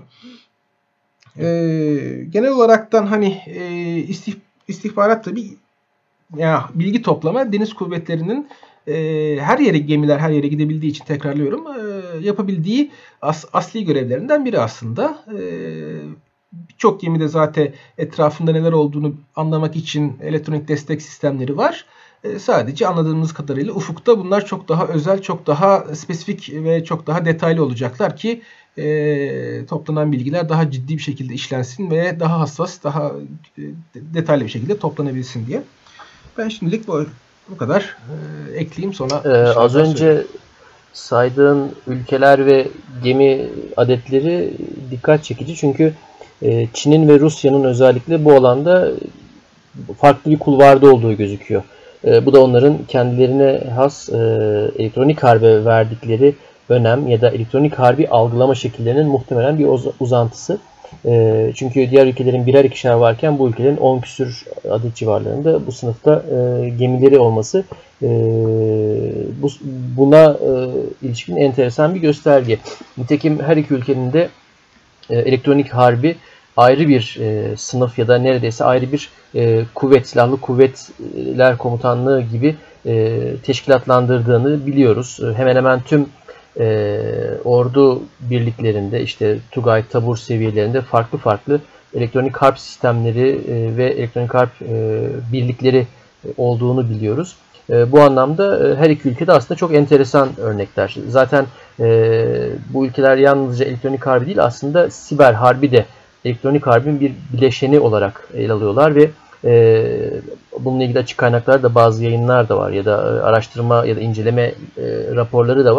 E, genel olaraktan hani e, istih, istihbarat tabii ya bilgi toplama deniz kuvvetlerinin e, her yere gemiler her yere gidebildiği için tekrarlıyorum e, yapabildiği as, asli görevlerinden biri aslında. E, Birçok gemide zaten etrafında neler olduğunu anlamak için elektronik destek sistemleri var. E, sadece anladığımız kadarıyla ufukta bunlar çok daha özel, çok daha spesifik ve çok daha detaylı olacaklar ki e, toplanan bilgiler daha ciddi bir şekilde işlensin ve daha hassas, daha e, detaylı bir şekilde toplanabilsin diye. Ben şimdilik bu bu kadar e, ekleyeyim sonra. Ee, az önce söyleyeyim. Saydığın ülkeler ve gemi adetleri dikkat çekici çünkü e, Çin'in ve Rusya'nın özellikle bu alanda farklı bir kulvarda olduğu gözüküyor. E, bu da onların kendilerine has e, elektronik harbe verdikleri önem ya da elektronik harbi algılama şekillerinin muhtemelen bir uzantısı. E, çünkü diğer ülkelerin birer ikişer varken bu ülkelerin on küsür adet civarlarında bu sınıfta e, gemileri olması e, bu, buna e, ilişkin enteresan bir gösterge. Nitekim her iki ülkenin de e, elektronik harbi ayrı bir e, sınıf ya da neredeyse ayrı bir e, kuvvet, silahlı kuvvetler komutanlığı gibi e, teşkilatlandırdığını biliyoruz. E, hemen hemen tüm e, ordu birliklerinde işte Tugay, Tabur seviyelerinde farklı farklı elektronik harp sistemleri e, ve elektronik harp e, birlikleri olduğunu biliyoruz. E, bu anlamda e, her iki ülkede aslında çok enteresan örnekler. Zaten e, bu ülkeler yalnızca elektronik harbi değil aslında siber harbi de elektronik harbin bir bileşeni olarak ele alıyorlar ve e, bununla ilgili açık kaynaklarda bazı yayınlar da var ya da e, araştırma ya da inceleme e, raporları da var.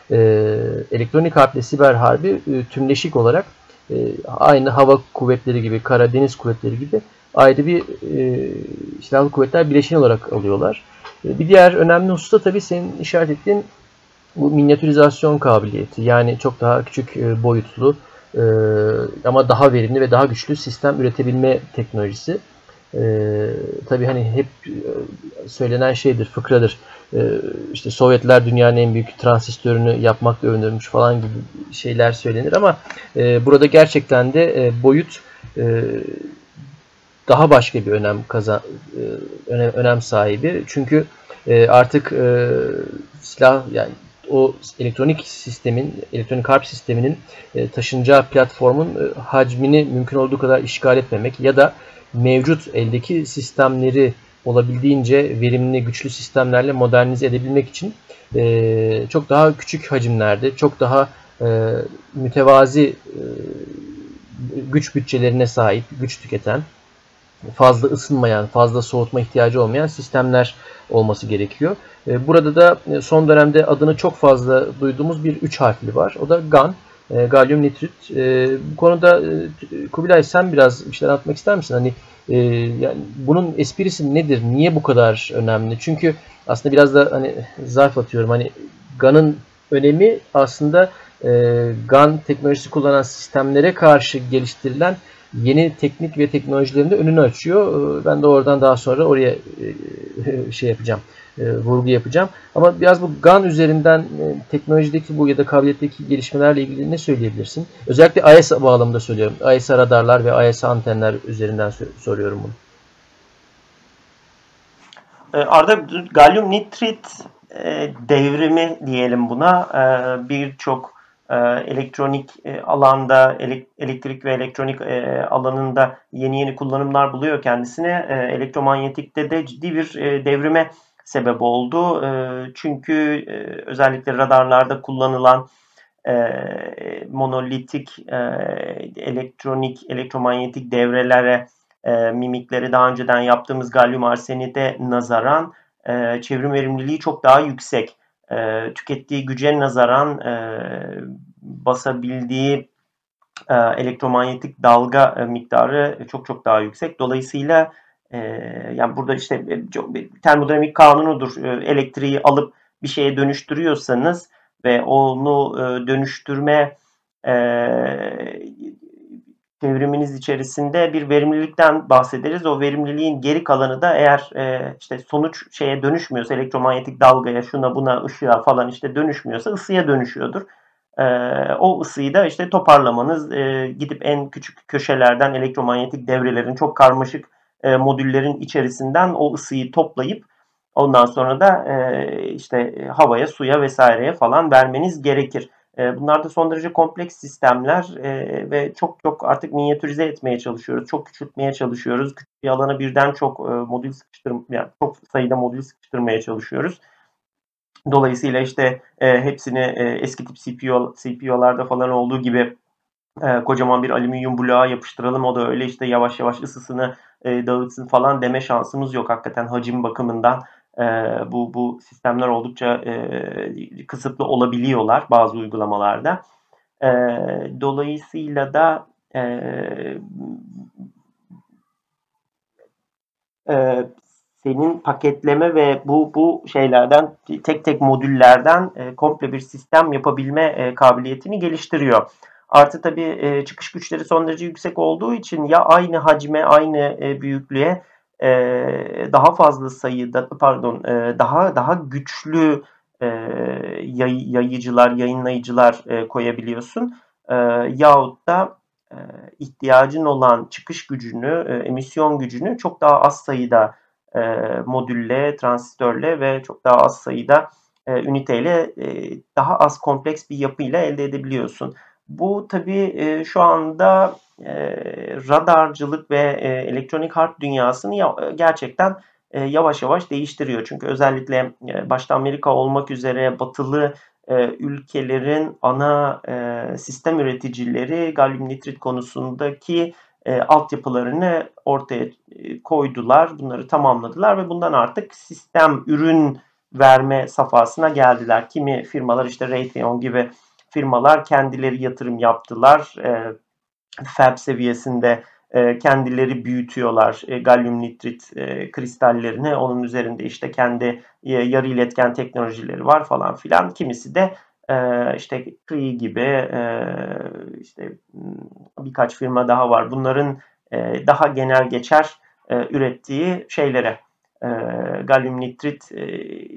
e, elektronik harp ile siber harbi e, tümleşik olarak e, aynı hava kuvvetleri gibi, kara deniz kuvvetleri gibi ayrı bir e, silahlı kuvvetler bileşeni olarak alıyorlar. E, bir diğer önemli husus da tabii senin işaret ettiğin bu minyatürizasyon kabiliyeti. Yani çok daha küçük e, boyutlu e, ama daha verimli ve daha güçlü sistem üretebilme teknolojisi. Ee, tabii hani hep e, söylenen şeydir, fıkradır. Ee, işte Sovyetler dünyanın en büyük transistörünü yapmakla övünürmüş falan gibi şeyler söylenir ama e, burada gerçekten de e, boyut e, daha başka bir önem kazan e, önem, önem sahibi. Çünkü e, artık e, silah yani o elektronik sistemin, elektronik harp sisteminin e, taşınacağı platformun e, hacmini mümkün olduğu kadar işgal etmemek ya da mevcut eldeki sistemleri olabildiğince verimli, güçlü sistemlerle modernize edebilmek için e, çok daha küçük hacimlerde, çok daha e, mütevazi e, güç bütçelerine sahip, güç tüketen, fazla ısınmayan, fazla soğutma ihtiyacı olmayan sistemler olması gerekiyor. Burada da son dönemde adını çok fazla duyduğumuz bir üç harfli var. O da GaN, galyum nitrit. Bu konuda Kubilay sen biraz bir şeyler anlatmak ister misin? Hani yani bunun esprisi nedir? Niye bu kadar önemli? Çünkü aslında biraz da hani zarf atıyorum. Hani GaN'ın önemi aslında GaN teknolojisi kullanan sistemlere karşı geliştirilen yeni teknik ve teknolojilerin de önünü açıyor. Ben de oradan daha sonra oraya şey yapacağım, vurgu yapacağım. Ama biraz bu GaN üzerinden teknolojideki bu ya da kabiliyetteki gelişmelerle ilgili ne söyleyebilirsin? Özellikle I S A bağlamında söylüyorum. I S A radarlar ve I S A antenler üzerinden soruyorum bunu. Arda, galyum nitrit devrimi diyelim buna. Birçok elektronik alanda, elektrik ve elektronik alanında yeni yeni kullanımlar buluyor kendisine. Elektromanyetikte de ciddi bir devrime sebep oldu. Çünkü özellikle radarlarda kullanılan monolitik elektronik, elektromanyetik devrelere, mimikleri daha önceden yaptığımız galyum arsenide nazaran çevrim verimliliği çok daha yüksek. Tükettiği güce nazaran basabildiği elektromanyetik dalga miktarı çok çok daha yüksek. Dolayısıyla yani burada işte termodinamik kanunudur. Elektriği alıp bir şeye dönüştürüyorsanız ve onu dönüştürme çevriminiz içerisinde bir verimlilikten bahsederiz. O verimliliğin geri kalanı da eğer e, işte sonuç şeye dönüşmüyorsa, elektromanyetik dalgaya, şuna buna, ışığa falan işte dönüşmüyorsa ısıya dönüşüyordur. E, o ısıyı da işte toparlamanız, e, gidip en küçük köşelerden elektromanyetik devrelerin çok karmaşık e, modüllerin içerisinden o ısıyı toplayıp ondan sonra da e, işte havaya, suya vesaireye falan vermeniz gerekir. Bunlar da son derece kompleks sistemler ve çok çok artık minyatürize etmeye çalışıyoruz. Çok küçültmeye çalışıyoruz. Küçük bir alana birden çok modül sıkıştırmaya, yani çok sayıda modül sıkıştırmaya çalışıyoruz. Dolayısıyla işte hepsini eski tip C P U, C P U'larda falan olduğu gibi kocaman bir alüminyum bloğa yapıştıralım. O da öyle işte yavaş yavaş ısısını dağıtsın falan deme şansımız yok. Hakikaten hacim bakımından bu bu sistemler oldukça kısıtlı olabiliyorlar bazı uygulamalarda. Dolayısıyla da senin paketleme ve bu bu şeylerden tek tek modüllerden komple bir sistem yapabilme kabiliyetini geliştiriyor. Artı tabii çıkış güçleri son derece yüksek olduğu için ya aynı hacme, aynı büyüklüğe daha fazla sayıda, pardon, daha daha güçlü yay, yayıcılar, yayınlayıcılar koyabiliyorsun. Yahut da ihtiyacın olan çıkış gücünü, emisyon gücünü çok daha az sayıda modülle, transistörle ve çok daha az sayıda üniteyle daha az kompleks bir yapıyla elde edebiliyorsun. Bu tabii şu anda radarcılık ve elektronik harp dünyasını gerçekten yavaş yavaş değiştiriyor. Çünkü özellikle başta Amerika olmak üzere batılı ülkelerin ana sistem üreticileri galyum nitrit konusundaki altyapılarını ortaya koydular. Bunları tamamladılar ve bundan artık sistem ürün verme safhasına geldiler. Kimi firmalar işte Raytheon gibi firmalar kendileri yatırım yaptılar. E, fab seviyesinde e, kendileri büyütüyorlar e, galyum nitrit e, kristallerini. Onun üzerinde işte kendi e, yarı iletken teknolojileri var falan filan. Kimisi de e, işte Cree gibi e, işte birkaç firma daha var. Bunların e, daha genel geçer e, ürettiği şeylere e, galyum nitrit e,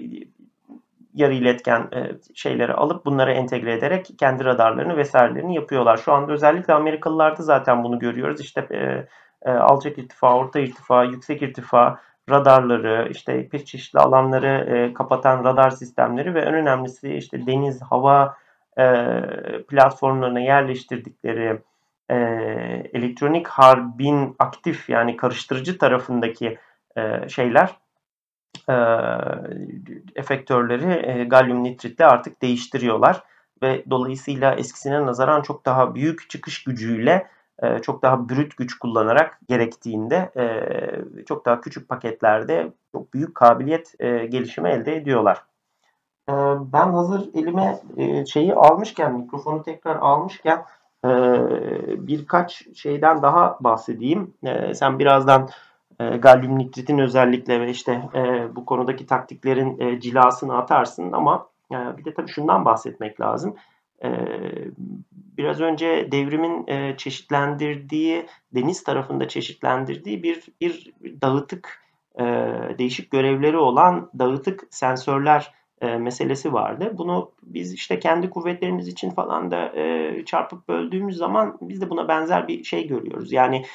yarı iletken e, şeyleri alıp bunları entegre ederek kendi radarlarını vesairelerini yapıyorlar. Şu anda özellikle Amerikalılarda zaten bunu görüyoruz. İşte e, e, alçak irtifa, orta irtifa, yüksek irtifa radarları, işte bir çeşitli alanları e, kapatan radar sistemleri ve en önemlisi işte deniz, hava e, platformlarına yerleştirdikleri e, elektronik harbin aktif yani karıştırıcı tarafındaki e, şeyler e, efektörleri e, galyum nitritle artık değiştiriyorlar ve dolayısıyla eskisine nazaran çok daha büyük çıkış gücüyle e, çok daha brüt güç kullanarak gerektiğinde e, çok daha küçük paketlerde çok büyük kabiliyet e, gelişimi elde ediyorlar. E, ben hazır elime e, şeyi almışken, mikrofonu tekrar almışken e, birkaç şeyden daha bahsedeyim. E, sen birazdan e, galyum nitritin özellikle ve işte e, bu konudaki taktiklerin e, cilasını atarsın ama e, bir de tabii şundan bahsetmek lazım. E, biraz önce devrimin e, çeşitlendirdiği, deniz tarafında çeşitlendirdiği bir bir dağıtık e, değişik görevleri olan dağıtık sensörler e, meselesi vardı. Bunu biz işte kendi kuvvetlerimiz için falan da e, çarpıp böldüğümüz zaman biz de buna benzer bir şey görüyoruz. Yani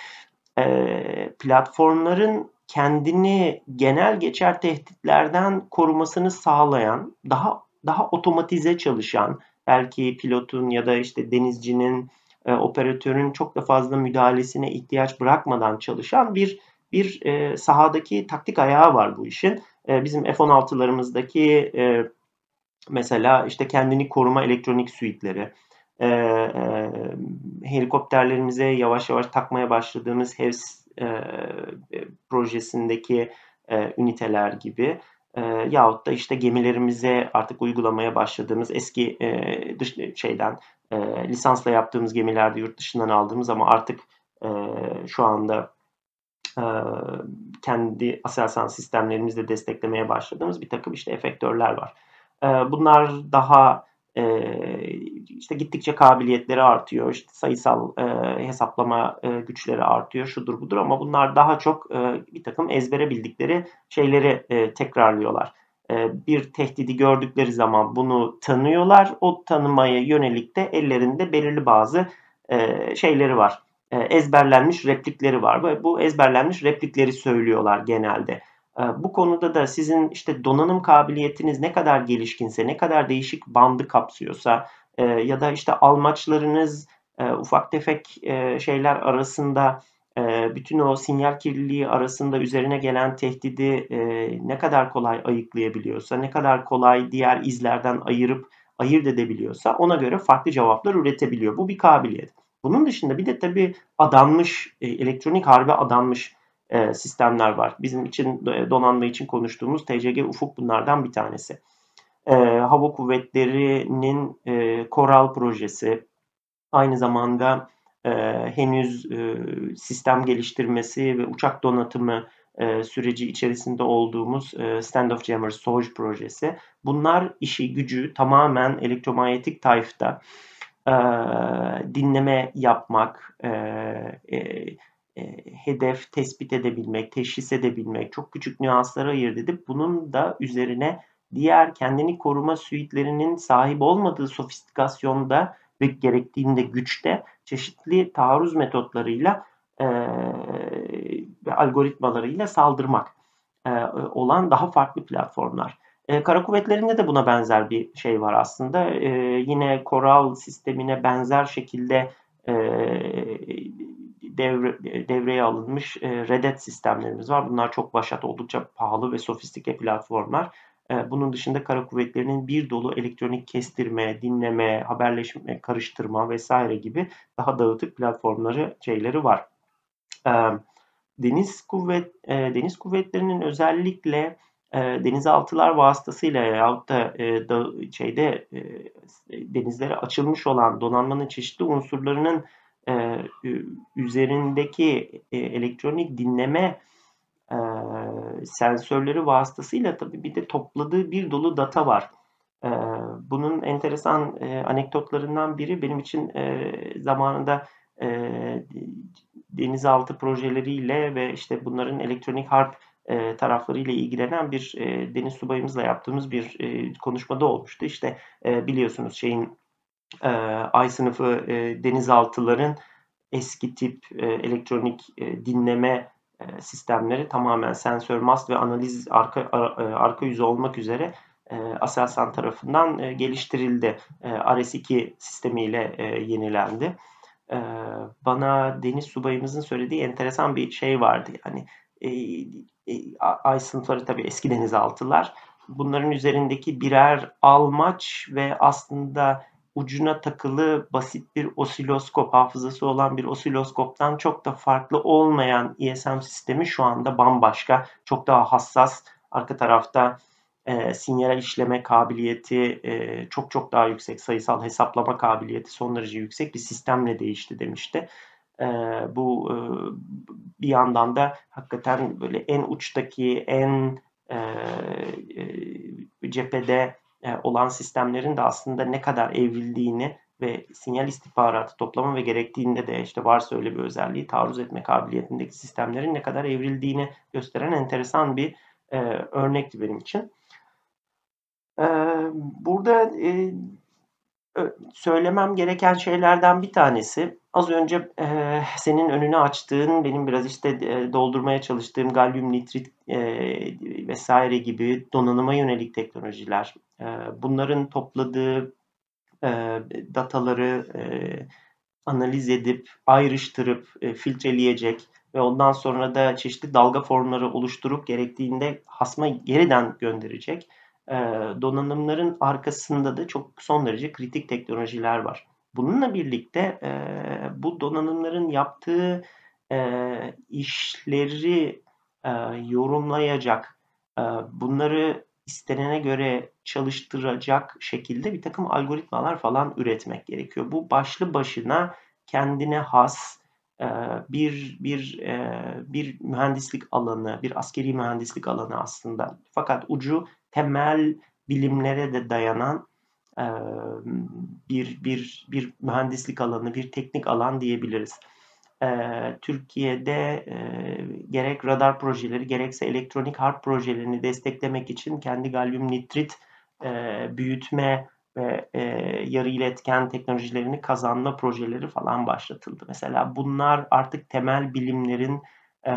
e, platformların kendini genel geçer tehditlerden korumasını sağlayan, daha daha otomatize çalışan, belki pilotun ya da işte denizcinin, e, operatörün çok da fazla müdahalesine ihtiyaç bırakmadan çalışan bir bir e, sahadaki taktik ayağı var bu işin. E, bizim F on altılarımızdaki e, mesela işte kendini koruma elektronik suitleri, e, e, helikopterlerimize yavaş yavaş takmaya başladığımız HEVS e, e, projesindeki e, üniteler gibi e, yahut da işte gemilerimize artık uygulamaya başladığımız eski e, dış şeyden e, lisansla yaptığımız gemilerde yurt dışından aldığımız ama artık e, şu anda e, kendi Aselsan sistemlerimizle desteklemeye başladığımız bir takım işte efektörler var. E, bunlar daha e, işte gittikçe kabiliyetleri artıyor, işte sayısal e, hesaplama e, güçleri artıyor, şudur budur ama bunlar daha çok e, bir takım ezbere bildikleri şeyleri e, tekrarlıyorlar. E, bir tehdidi gördükleri zaman bunu tanıyorlar, o tanımaya yönelik de ellerinde belirli bazı e, şeyleri var ezberlenmiş replikleri var ve bu ezberlenmiş replikleri söylüyorlar genelde. Bu konuda da sizin işte donanım kabiliyetiniz ne kadar gelişkinse, ne kadar değişik bandı kapsıyorsa ya da işte almaçlarınız ufak tefek şeyler arasında bütün o sinyal kirliliği arasında üzerine gelen tehdidi ne kadar kolay ayıklayabiliyorsa, ne kadar kolay diğer izlerden ayırıp ayırt edebiliyorsa ona göre farklı cevaplar üretebiliyor. Bu bir kabiliyet. Bunun dışında bir de tabii adanmış, e, elektronik harbe adanmış e, sistemler var. Bizim için e, donanma için konuştuğumuz T C G Ufuk bunlardan bir tanesi. E, Hava Kuvvetleri'nin e, Coral projesi, aynı zamanda e, henüz e, sistem geliştirmesi ve uçak donatımı e, süreci içerisinde olduğumuz e, Stand of Jammers S O J projesi. Bunlar işi gücü tamamen elektromanyetik tayfta e, dinleme yapmak, e, e, e, hedef tespit edebilmek, teşhis edebilmek, çok küçük nüanslara ayırt edip bunun da üzerine diğer kendini koruma suitlerinin sahip olmadığı sofistikasyonda ve gerektiğinde güçte çeşitli taarruz metotlarıyla e, ve algoritmalarıyla saldırmak e, olan daha farklı platformlar. E, kara kuvvetlerinde de buna benzer bir şey var aslında. E, yine Coral sistemine benzer şekilde e, devre, devreye alınmış e, Redet sistemlerimiz var. Bunlar çok başat, oldukça pahalı ve sofistike platformlar. E, bunun dışında kara kuvvetlerinin bir dolu elektronik kestirme, dinleme, haberleşme, karıştırma vesaire gibi daha dağıtık platformları, şeyleri var. E, deniz kuvvet e, deniz kuvvetlerinin özellikle e, denizaltılar vasıtasıyla yahut da, e, da şeyde e, denizlere açılmış olan donanmanın çeşitli unsurlarının e, üzerindeki e, elektronik dinleme e, sensörleri vasıtasıyla tabii bir de topladığı bir dolu data var. E, bunun enteresan e, anekdotlarından biri benim için e, zamanında e, denizaltı projeleriyle ve işte bunların elektronik harp e, taraflarıyla ilgilenen bir e, deniz subayımızla yaptığımız bir e, konuşmada olmuştu. İşte e, biliyorsunuz şeyin e, Ay sınıfı e, denizaltıların eski tip e, elektronik e, dinleme e, sistemleri tamamen sensör, mast ve analiz arka ar, e, arka yüzü olmak üzere e, Aselsan tarafından e, geliştirildi. E, R S iki sistemiyle e, yenilendi. E, bana deniz subayımızın söylediği enteresan bir şey vardı. Yani e, e, Ay sınıfları tabii eski denizaltılar. Bunların üzerindeki birer almaç ve aslında ucuna takılı basit bir osiloskop, hafızası olan bir osiloskoptan çok da farklı olmayan E S M sistemi şu anda bambaşka, çok daha hassas. Arka tarafta e, sinyal işleme kabiliyeti e, çok çok daha yüksek, sayısal hesaplama kabiliyeti son derece yüksek bir sistemle değişti demişti. E, bu e, bir yandan da hakikaten böyle en uçtaki, en e, e, cephede e, olan sistemlerin de aslında ne kadar evrildiğini ve sinyal istihbaratı toplama ve gerektiğinde de işte varsa öyle bir özelliği taarruz etme kabiliyetindeki sistemlerin ne kadar evrildiğini gösteren enteresan bir e, örnekti benim için. E, burada e, söylemem gereken şeylerden bir tanesi az önce e, senin önünü açtığın benim biraz işte e, doldurmaya çalıştığım galyum nitrit e, vesaire gibi donanıma yönelik teknolojiler. E, bunların topladığı e, dataları e, analiz edip ayrıştırıp e, filtreleyecek ve ondan sonra da çeşitli dalga formları oluşturup gerektiğinde hasma yeniden gönderecek e, donanımların arkasında da çok son derece kritik teknolojiler var. Bununla birlikte e, bu donanımların yaptığı e, işleri e, yorumlayacak, e, bunları istenene göre çalıştıracak şekilde bir takım algoritmalar falan üretmek gerekiyor. Bu başlı başına kendine has e, bir bir e, bir mühendislik alanı, bir askeri mühendislik alanı aslında. Fakat ucu temel bilimlere de dayanan e, bir bir bir mühendislik alanı, bir teknik alan diyebiliriz. E, Türkiye'de e, gerek radar projeleri gerekse elektronik harp projelerini desteklemek için kendi galyum nitrit e, büyütme ve e, yarı iletken teknolojilerini kazanma projeleri falan başlatıldı. Mesela bunlar artık temel bilimlerin e,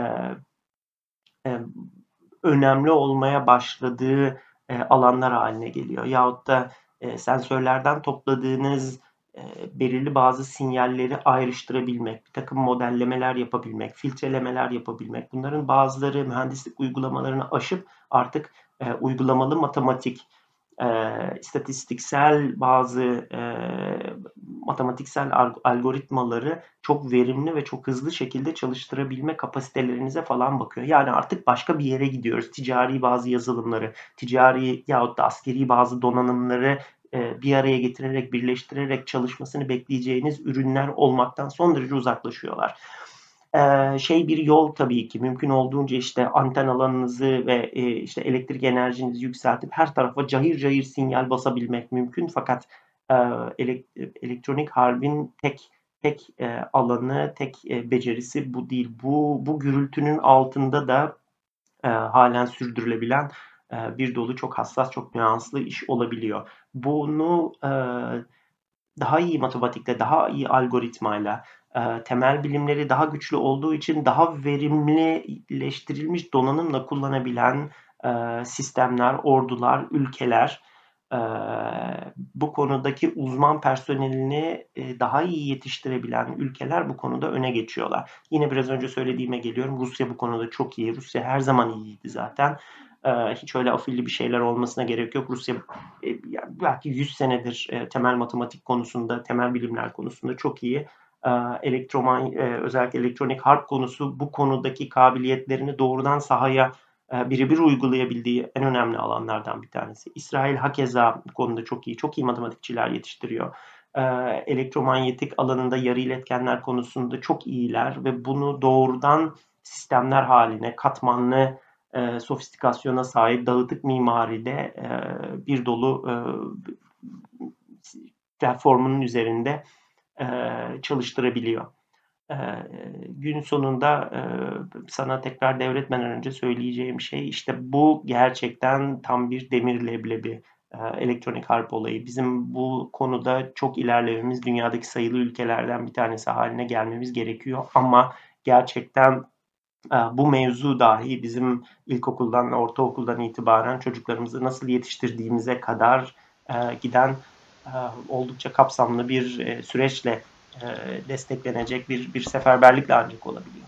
e, önemli olmaya başladığı e, alanlar haline geliyor. Yahut da e, sensörlerden topladığınız e, belirli bazı sinyalleri ayrıştırabilmek, bir takım modellemeler yapabilmek, filtrelemeler yapabilmek. Bunların bazıları mühendislik uygulamalarını aşıp artık e, uygulamalı matematik, e, istatistiksel bazı e, matematiksel algoritmaları çok verimli ve çok hızlı şekilde çalıştırabilme kapasitelerinize falan bakıyor. Yani artık başka bir yere gidiyoruz. Ticari bazı yazılımları, ticari yahut da askeri bazı donanımları e, bir araya getirerek, birleştirerek çalışmasını bekleyeceğiniz ürünler olmaktan son derece uzaklaşıyorlar. Ee, şey bir yol tabii ki mümkün olduğunca işte anten alanınızı ve e, işte elektrik enerjinizi yükseltip her tarafa cayır cayır sinyal basabilmek mümkün. Fakat e, elektronik harbin tek tek e, alanı, tek e, becerisi bu değil. Bu bu gürültünün altında da e, halen sürdürülebilen e, bir dolu çok hassas, çok nüanslı iş olabiliyor. Bunu e, daha iyi matematikle, daha iyi algoritmayla, e, temel bilimleri daha güçlü olduğu için daha verimlileştirilmiş donanımla kullanabilen e, sistemler, ordular, ülkeler e, bu konudaki uzman personelini e, daha iyi yetiştirebilen ülkeler bu konuda öne geçiyorlar. Yine biraz önce söylediğime geliyorum. Rusya bu konuda çok iyi. Rusya her zaman iyiydi zaten. Hiç öyle afilli bir şeyler olmasına gerek yok. Rusya belki yüz senedir temel matematik konusunda, temel bilimler konusunda çok iyi. Elektroman, özellikle elektronik harp konusu bu konudaki kabiliyetlerini doğrudan sahaya e, birebir uygulayabildiği en önemli alanlardan bir tanesi. İsrail hakeza bu konuda çok iyi, çok iyi matematikçiler yetiştiriyor. E, elektromanyetik alanında yarı iletkenler konusunda çok iyiler ve bunu doğrudan sistemler haline, katmanlı e, sofistikasyona sahip dağıtık mimaride e, bir dolu e, platformunun üzerinde e, çalıştırabiliyor. E, gün sonunda e, sana tekrar devretmeden önce söyleyeceğim şey işte bu gerçekten tam bir demir leblebi e, elektronik harp olayı. Bizim bu konuda çok ilerlememiz, dünyadaki sayılı ülkelerden bir tanesi haline gelmemiz gerekiyor. Ama gerçekten e, bu mevzu dahi bizim ilkokuldan, ortaokuldan itibaren çocuklarımızı nasıl yetiştirdiğimize kadar e, giden e, oldukça kapsamlı bir e, süreçle e, desteklenecek bir bir seferberlikle ancak olabiliyor.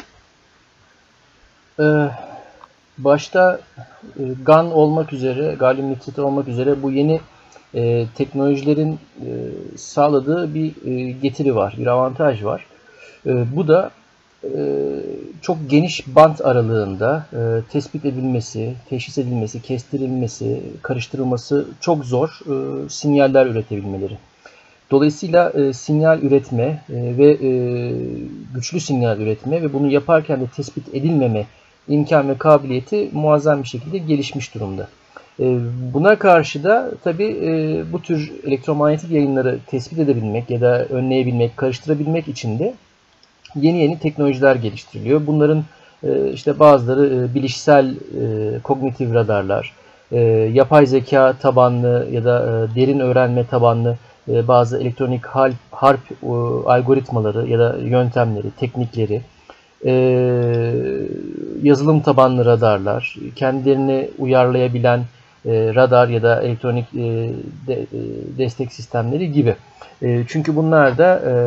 Ee, başta e, GAN olmak üzere, galyum nitrit olmak üzere bu yeni e, teknolojilerin e, sağladığı bir e, getiri var, bir avantaj var. E, bu da e, çok geniş bant aralığında e, tespit edilmesi, teşhis edilmesi, kestirilmesi, karıştırılması çok zor e, sinyaller üretebilmeleri. Dolayısıyla e, sinyal üretme e, ve e, güçlü sinyal üretme ve bunu yaparken de tespit edilmeme imkan ve kabiliyeti muazzam bir şekilde gelişmiş durumda. E, buna karşı da tabii e, bu tür elektromanyetik yayınları tespit edebilmek ya da önleyebilmek, karıştırabilmek için de yeni yeni teknolojiler geliştiriliyor. Bunların e, işte bazıları e, bilişsel e, kognitif radarlar, e, yapay zeka tabanlı ya da e, derin öğrenme tabanlı e, bazı elektronik harp, harp e, algoritmaları ya da yöntemleri, teknikleri, e, yazılım tabanlı radarlar, kendilerini uyarlayabilen e, radar ya da elektronik e, de, e, destek sistemleri gibi. E, çünkü bunlar da e,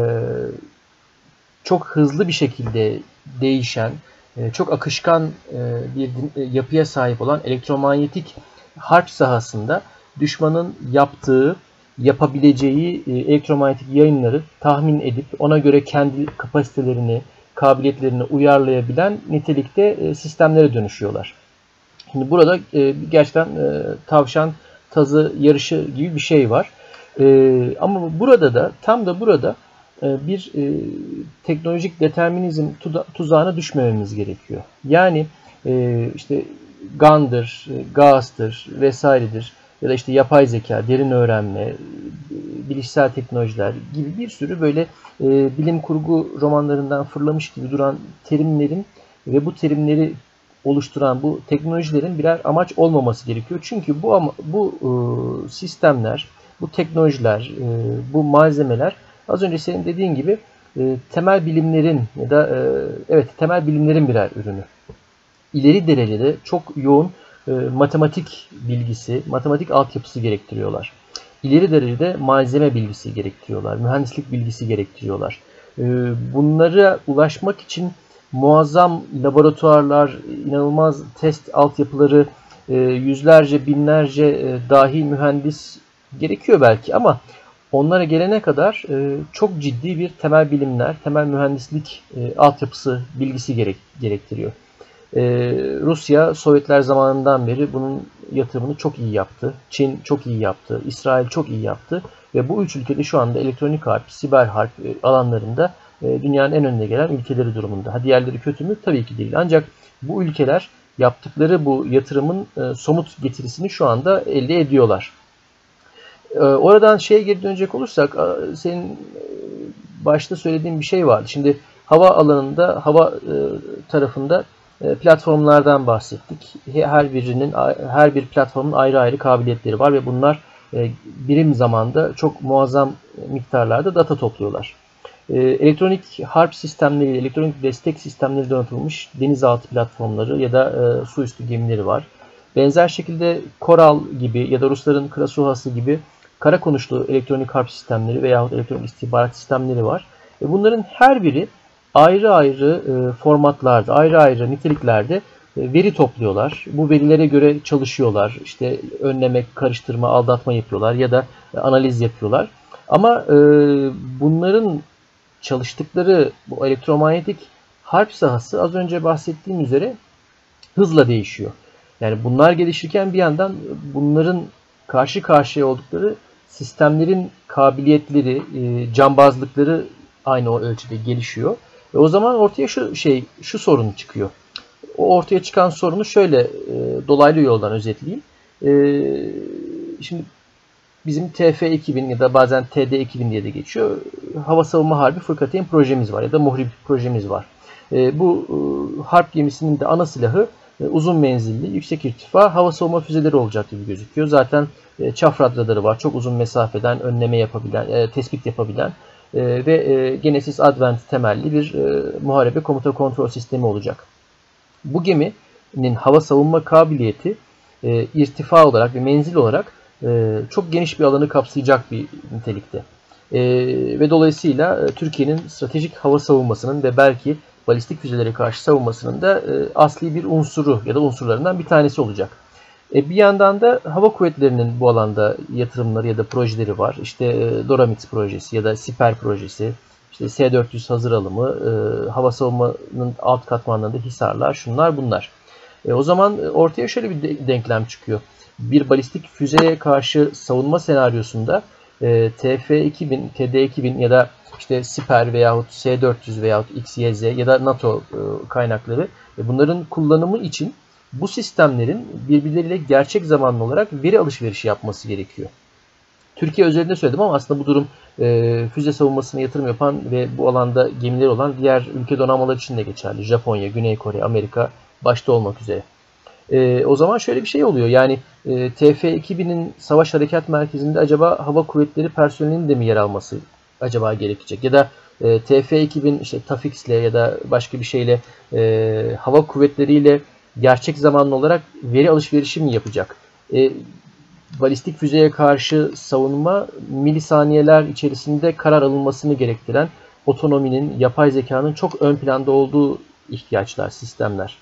çok hızlı bir şekilde değişen, çok akışkan bir yapıya sahip olan elektromanyetik harp sahasında düşmanın yaptığı, yapabileceği elektromanyetik yayınları tahmin edip ona göre kendi kapasitelerini, kabiliyetlerini uyarlayabilen nitelikte sistemlere dönüşüyorlar. Şimdi burada gerçekten tavşan tazı yarışı gibi bir şey var. Ama burada da tam da burada bir e, teknolojik determinizm tuzağına düşmememiz gerekiyor. Yani e, işte GAN'dır, GAAS'tır vesairedir ya da işte yapay zeka, derin öğrenme, bilişsel teknolojiler gibi bir sürü böyle e, bilim kurgu romanlarından fırlamış gibi duran terimlerin ve bu terimleri oluşturan bu teknolojilerin birer amaç olmaması gerekiyor. Çünkü bu bu e, sistemler, bu teknolojiler, e, bu malzemeler az önce senin dediğin gibi e, temel bilimlerin ya da e, evet temel bilimlerin birer ürünü. İleri derecede çok yoğun e, matematik bilgisi, matematik altyapısı gerektiriyorlar. İleri derecede malzeme bilgisi gerektiriyorlar, mühendislik bilgisi gerektiriyorlar. E, bunlara ulaşmak için muazzam laboratuvarlar, inanılmaz test altyapıları, e, yüzlerce, binlerce e, dahi mühendis gerekiyor belki ama onlara gelene kadar e, çok ciddi bir temel bilimler, temel mühendislik e, altyapısı bilgisi gerek, gerektiriyor. E, Rusya, Sovyetler zamanından beri bunun yatırımını çok iyi yaptı. Çin çok iyi yaptı. İsrail çok iyi yaptı. Ve bu üç ülkede şu anda elektronik harp, siber harp e, alanlarında e, dünyanın en önde gelen ülkeleri durumunda. Ha, diğerleri kötü mü? Tabii ki değil. Ancak bu ülkeler yaptıkları bu yatırımın e, somut getirisini şu anda elde ediyorlar. Oradan şeye geri dönecek olursak senin başta söylediğin bir şey vardı. Şimdi hava alanında, hava tarafında platformlardan bahsettik. Her birinin, her bir platformun ayrı ayrı kabiliyetleri var ve bunlar birim zamanda çok muazzam miktarlarda data topluyorlar. Elektronik harp sistemleri, elektronik destek sistemleri donatılmış denizaltı platformları ya da su üstü gemileri var. Benzer şekilde Koral gibi ya da Rusların Krasuhası gibi kara konuşlu elektronik harp sistemleri veya elektronik istihbarat sistemleri var. E bunların her biri ayrı ayrı e, formatlarda, ayrı ayrı niteliklerde e, veri topluyorlar. Bu verilere göre çalışıyorlar. İşte önlemek, karıştırma, aldatma yapıyorlar ya da e, analiz yapıyorlar. Ama e, bunların çalıştıkları bu elektromanyetik harp sahası az önce bahsettiğim üzere hızla değişiyor. Yani bunlar gelişirken bir yandan bunların karşı karşıya oldukları sistemlerin kabiliyetleri, e, cambazlıkları aynı o ölçüde gelişiyor. Ve o zaman ortaya şu şey, şu sorun çıkıyor. O ortaya çıkan sorunu şöyle e, dolaylı yoldan özetleyeyim. E, şimdi bizim T F iki bin ya da bazen T D iki bin diye de geçiyor. Hava savunma harbi fırkateyn projemiz var ya da muhrip projemiz var. E, bu e, harp gemisinin de ana silahı e, uzun menzilli, yüksek irtifa hava savunma füzeleri olacak gibi gözüküyor. Zaten e, çapraz radarı var. Çok uzun mesafeden önleme yapabilen, e, tespit yapabilen e, ve e, Genesis Advent temelli bir e, muharebe komuta kontrol sistemi olacak. Bu geminin hava savunma kabiliyeti e, irtifa olarak ve menzil olarak e, çok geniş bir alanı kapsayacak bir nitelikte. E, ve dolayısıyla e, Türkiye'nin stratejik hava savunmasının ve belki balistik füzelere karşı savunmasının da e, asli bir unsuru ya da unsurlarından bir tanesi olacak. E, bir yandan da hava kuvvetlerinin bu alanda yatırımları ya da projeleri var. İşte e, Doramix projesi ya da Siper projesi, işte S dört yüz hazır alımı, e, hava savunmanın alt katmanlarında hisarlar, şunlar bunlar. E, o zaman ortaya şöyle bir de- denklem çıkıyor. Bir balistik füzeye karşı savunma senaryosunda e, T F iki bin, T D iki bin ya da işte Siper veyahut S dört yüz veyahut X Y Z ya da NATO e, kaynakları e, bunların kullanımı için bu sistemlerin birbirleriyle gerçek zamanlı olarak veri alışverişi yapması gerekiyor. Türkiye özelinde söyledim ama aslında bu durum e, füze savunmasına yatırım yapan ve bu alanda gemileri olan diğer ülke donanmaları için de geçerli. Japonya, Güney Kore, Amerika başta olmak üzere. E, o zaman şöyle bir şey oluyor. Yani e, T F iki binin Savaş Harekat Merkezi'nde acaba hava kuvvetleri personelinin de mi yer alması acaba gerekecek? Ya da e, T F iki bin işte T A F X'le ya da başka bir şeyle e, hava kuvvetleriyle gerçek zamanlı olarak veri alışverişi mi yapacak? E, balistik füzeye karşı savunma milisaniyeler içerisinde karar alınmasını gerektiren otonominin, yapay zekanın çok ön planda olduğu ihtiyaçlar, sistemler.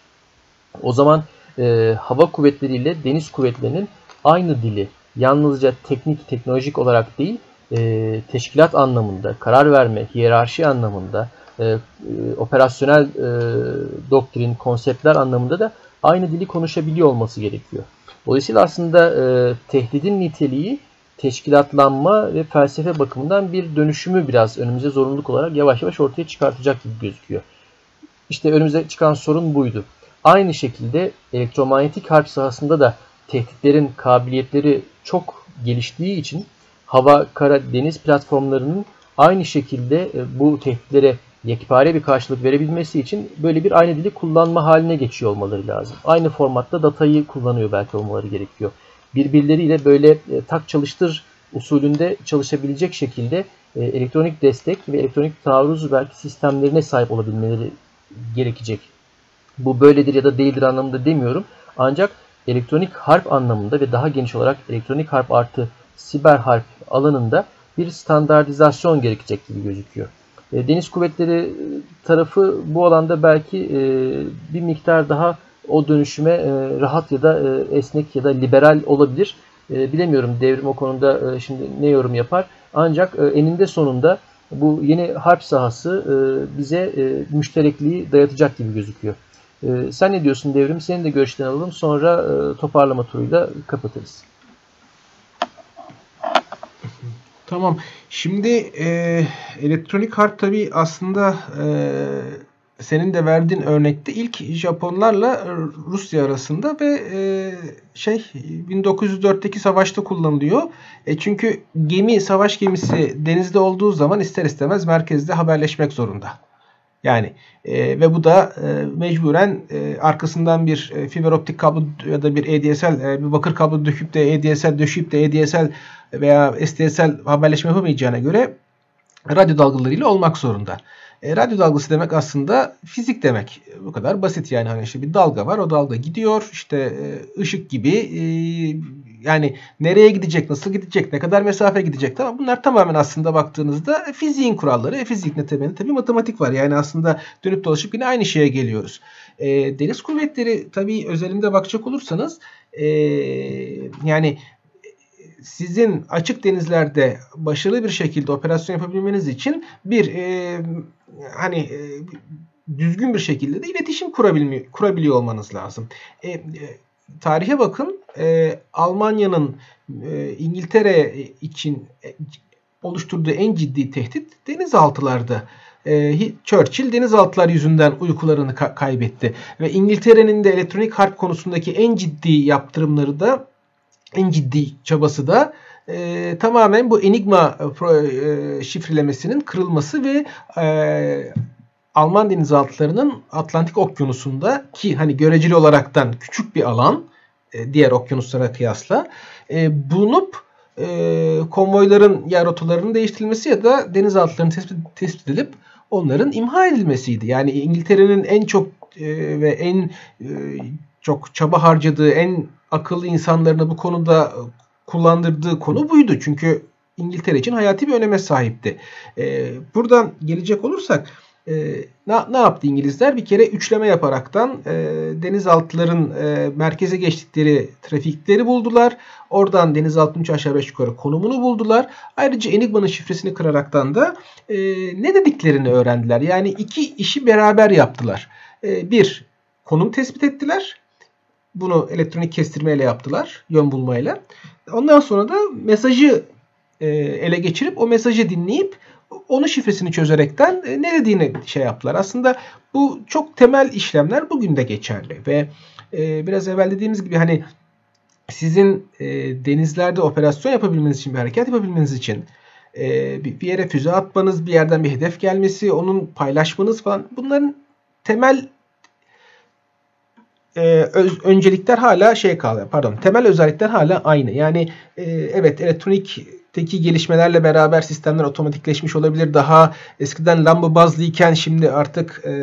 O zaman e, hava kuvvetleriyle deniz kuvvetlerinin aynı dili yalnızca teknik, teknolojik olarak değil, e, teşkilat anlamında, karar verme, hiyerarşi anlamında, e, e, operasyonel e, doktrin, konseptler anlamında da aynı dili konuşabiliyor olması gerekiyor. Dolayısıyla aslında e, tehdidin niteliği teşkilatlanma ve felsefe bakımından bir dönüşümü biraz önümüze zorunluluk olarak yavaş yavaş ortaya çıkartacak gibi gözüküyor. İşte önümüze çıkan sorun buydu. Aynı şekilde elektromanyetik harp sahasında da tehditlerin kabiliyetleri çok geliştiği için hava, kara, deniz platformlarının aynı şekilde bu tehditlere yekpare bir karşılık verebilmesi için böyle bir aynı dili kullanma haline geçiyor olmaları lazım. Aynı formatta datayı kullanıyor belki olmaları gerekiyor. Birbirleriyle böyle tak çalıştır usulünde çalışabilecek şekilde elektronik destek ve elektronik taarruz belki sistemlerine sahip olabilmeleri gerekecek. Bu böyledir ya da değildir anlamında demiyorum. Ancak elektronik harp anlamında ve daha geniş olarak elektronik harp artı siber harp alanında bir standartizasyon gerekecek gibi gözüküyor. Deniz kuvvetleri tarafı bu alanda belki bir miktar daha o dönüşüme rahat ya da esnek ya da liberal olabilir. Bilemiyorum devrim o konuda şimdi ne yorum yapar. Ancak eninde sonunda bu yeni harp sahası bize müşterekliği dayatacak gibi gözüküyor. Sen ne diyorsun Devrim? Senin de görüşlerini alalım. Sonra toparlama turuyla kapatırız. Tamam. Şimdi e, elektronik harp tabii aslında e, senin de verdiğin örnekte ilk Japonlarla Rusya arasında ve e, şey bin dokuz yüz dörtteki savaşta kullanılıyor. E, çünkü gemi, savaş gemisi denizde olduğu zaman ister istemez merkezde haberleşmek zorunda. Yani e, ve bu da e, mecburen e, arkasından bir e, fiber optik kablo ya da bir A D S L, e, bir bakır kablo döküp de A D S L döşeyip de A D S L veya S D S L haberleşme yapamayacağına göre radyo dalgalarıyla olmak zorunda. E, radyo dalgası demek aslında fizik demek. Bu kadar basit yani. Hani işte bir dalga var. O dalga gidiyor. İşte e, ışık gibi e, yani nereye gidecek, nasıl gidecek, ne kadar mesafe gidecek. Tamam, bunlar tamamen aslında baktığınızda fiziğin kuralları. E, fiziğin temelinde tabii matematik var. Yani aslında dönüp dolaşıp yine aynı şeye geliyoruz. E, deniz kuvvetleri tabii özelinde bakacak olursanız e, yani sizin açık denizlerde başarılı bir şekilde operasyon yapabilmeniz için bir e, hani e, düzgün bir şekilde de iletişim kurabiliyor olmanız lazım. E, e, tarihe bakın. E, Almanya'nın e, İngiltere için e, oluşturduğu en ciddi tehdit denizaltılardı. E, Churchill denizaltılar yüzünden uykularını ka- kaybetti. Ve İngiltere'nin de elektronik harp konusundaki en ciddi yaptırımları da, en ciddi çabası da e, tamamen bu Enigma e, şifrelemesinin kırılması ve e, Alman denizaltılarının Atlantik Okyanusu'nda, ki hani göreceli olaraktan küçük bir alan e, diğer okyanuslara kıyasla, e, bulunup e, konvoyların ya rotalarının değiştirilmesi ya da denizaltılarının tespit, tespit edilip onların imha edilmesiydi. Yani İngiltere'nin en çok e, ve en e, çok çaba harcadığı, en akıllı insanlarını bu konuda kullandırdığı konu buydu. Çünkü İngiltere için hayati bir öneme sahipti. E, buradan gelecek olursak e, ne, ne yaptı İngilizler? Bir kere üçleme yaparaktan e, denizaltıların e, merkeze geçtikleri trafikleri buldular. Oradan denizaltının üç aşağı beş yukarı konumunu buldular. Ayrıca Enigma'nın şifresini kıraraktan da e, ne dediklerini öğrendiler. Yani iki işi beraber yaptılar. E, bir, konum tespit ettiler. Bunu elektronik kestirmeyle yaptılar, yön bulmayla. Ondan sonra da mesajı e, ele geçirip o mesajı dinleyip onun şifresini çözerekten e, ne dediğini şey yaptılar. Aslında bu çok temel işlemler bugün de geçerli ve e, biraz evvel dediğimiz gibi hani sizin e, denizlerde operasyon yapabilmeniz için, bir hareket yapabilmeniz için e, bir, bir yere füze atmanız, bir yerden bir hedef gelmesi, onun paylaşmanız falan, bunların temel e, öz, öncelikler hala şey kalıyor. Pardon, temel özellikler hala aynı. Yani e, evet, elektronikteki gelişmelerle beraber sistemler otomatikleşmiş olabilir. Daha eskiden lamba bazlıyken şimdi artık e,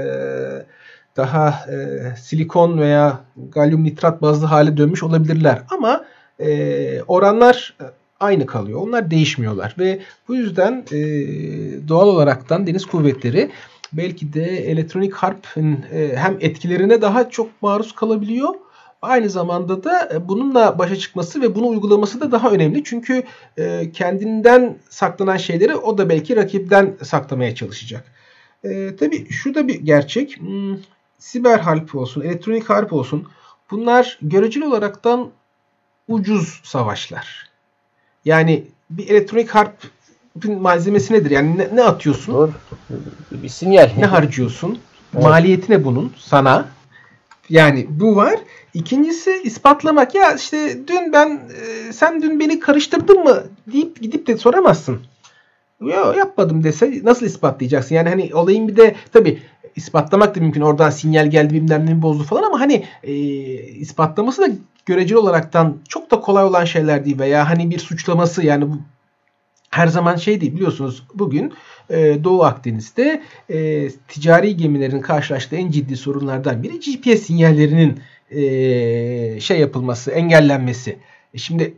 daha e, silikon veya galyum nitrat bazlı hale dönmüş olabilirler. Ama e, oranlar aynı kalıyor. Onlar değişmiyorlar ve bu yüzden e, doğal olaraktan deniz kuvvetleri belki de elektronik harpin e, hem etkilerine daha çok maruz kalabiliyor. Aynı zamanda da bununla başa çıkması ve bunu uygulaması da daha önemli. Çünkü e, kendinden saklanan şeyleri o da belki rakipten saklamaya çalışacak. E, tabii şu da bir gerçek. Hmm, siber harp olsun, elektronik harp olsun, bunlar göreceli olaraktan ucuz savaşlar. Yani bir elektronik harpin malzemesi nedir? Yani ne, ne atıyorsun? Doğru. Bir sinyal. Ne harcıyorsun? Evet. Maliyeti ne bunun sana? Yani bu var. İkincisi ispatlamak. Ya işte dün ben e, sen dün beni karıştırdın mı deyip gidip de soramazsın. Yok, yapmadım dese nasıl ispatlayacaksın? Yani hani olayın bir de tabii ispatlamak da mümkün. Oradan sinyal geldi, bilmem ne bozdu falan, ama hani e, ispatlaması da göreceli olaraktan çok da kolay olan şeyler değil veya hani bir suçlaması, yani bu her zaman şey değil, biliyorsunuz bugün e, Doğu Akdeniz'de e, ticari gemilerin karşılaştığı en ciddi sorunlardan biri G P S sinyallerinin e, şey yapılması, engellenmesi. E şimdi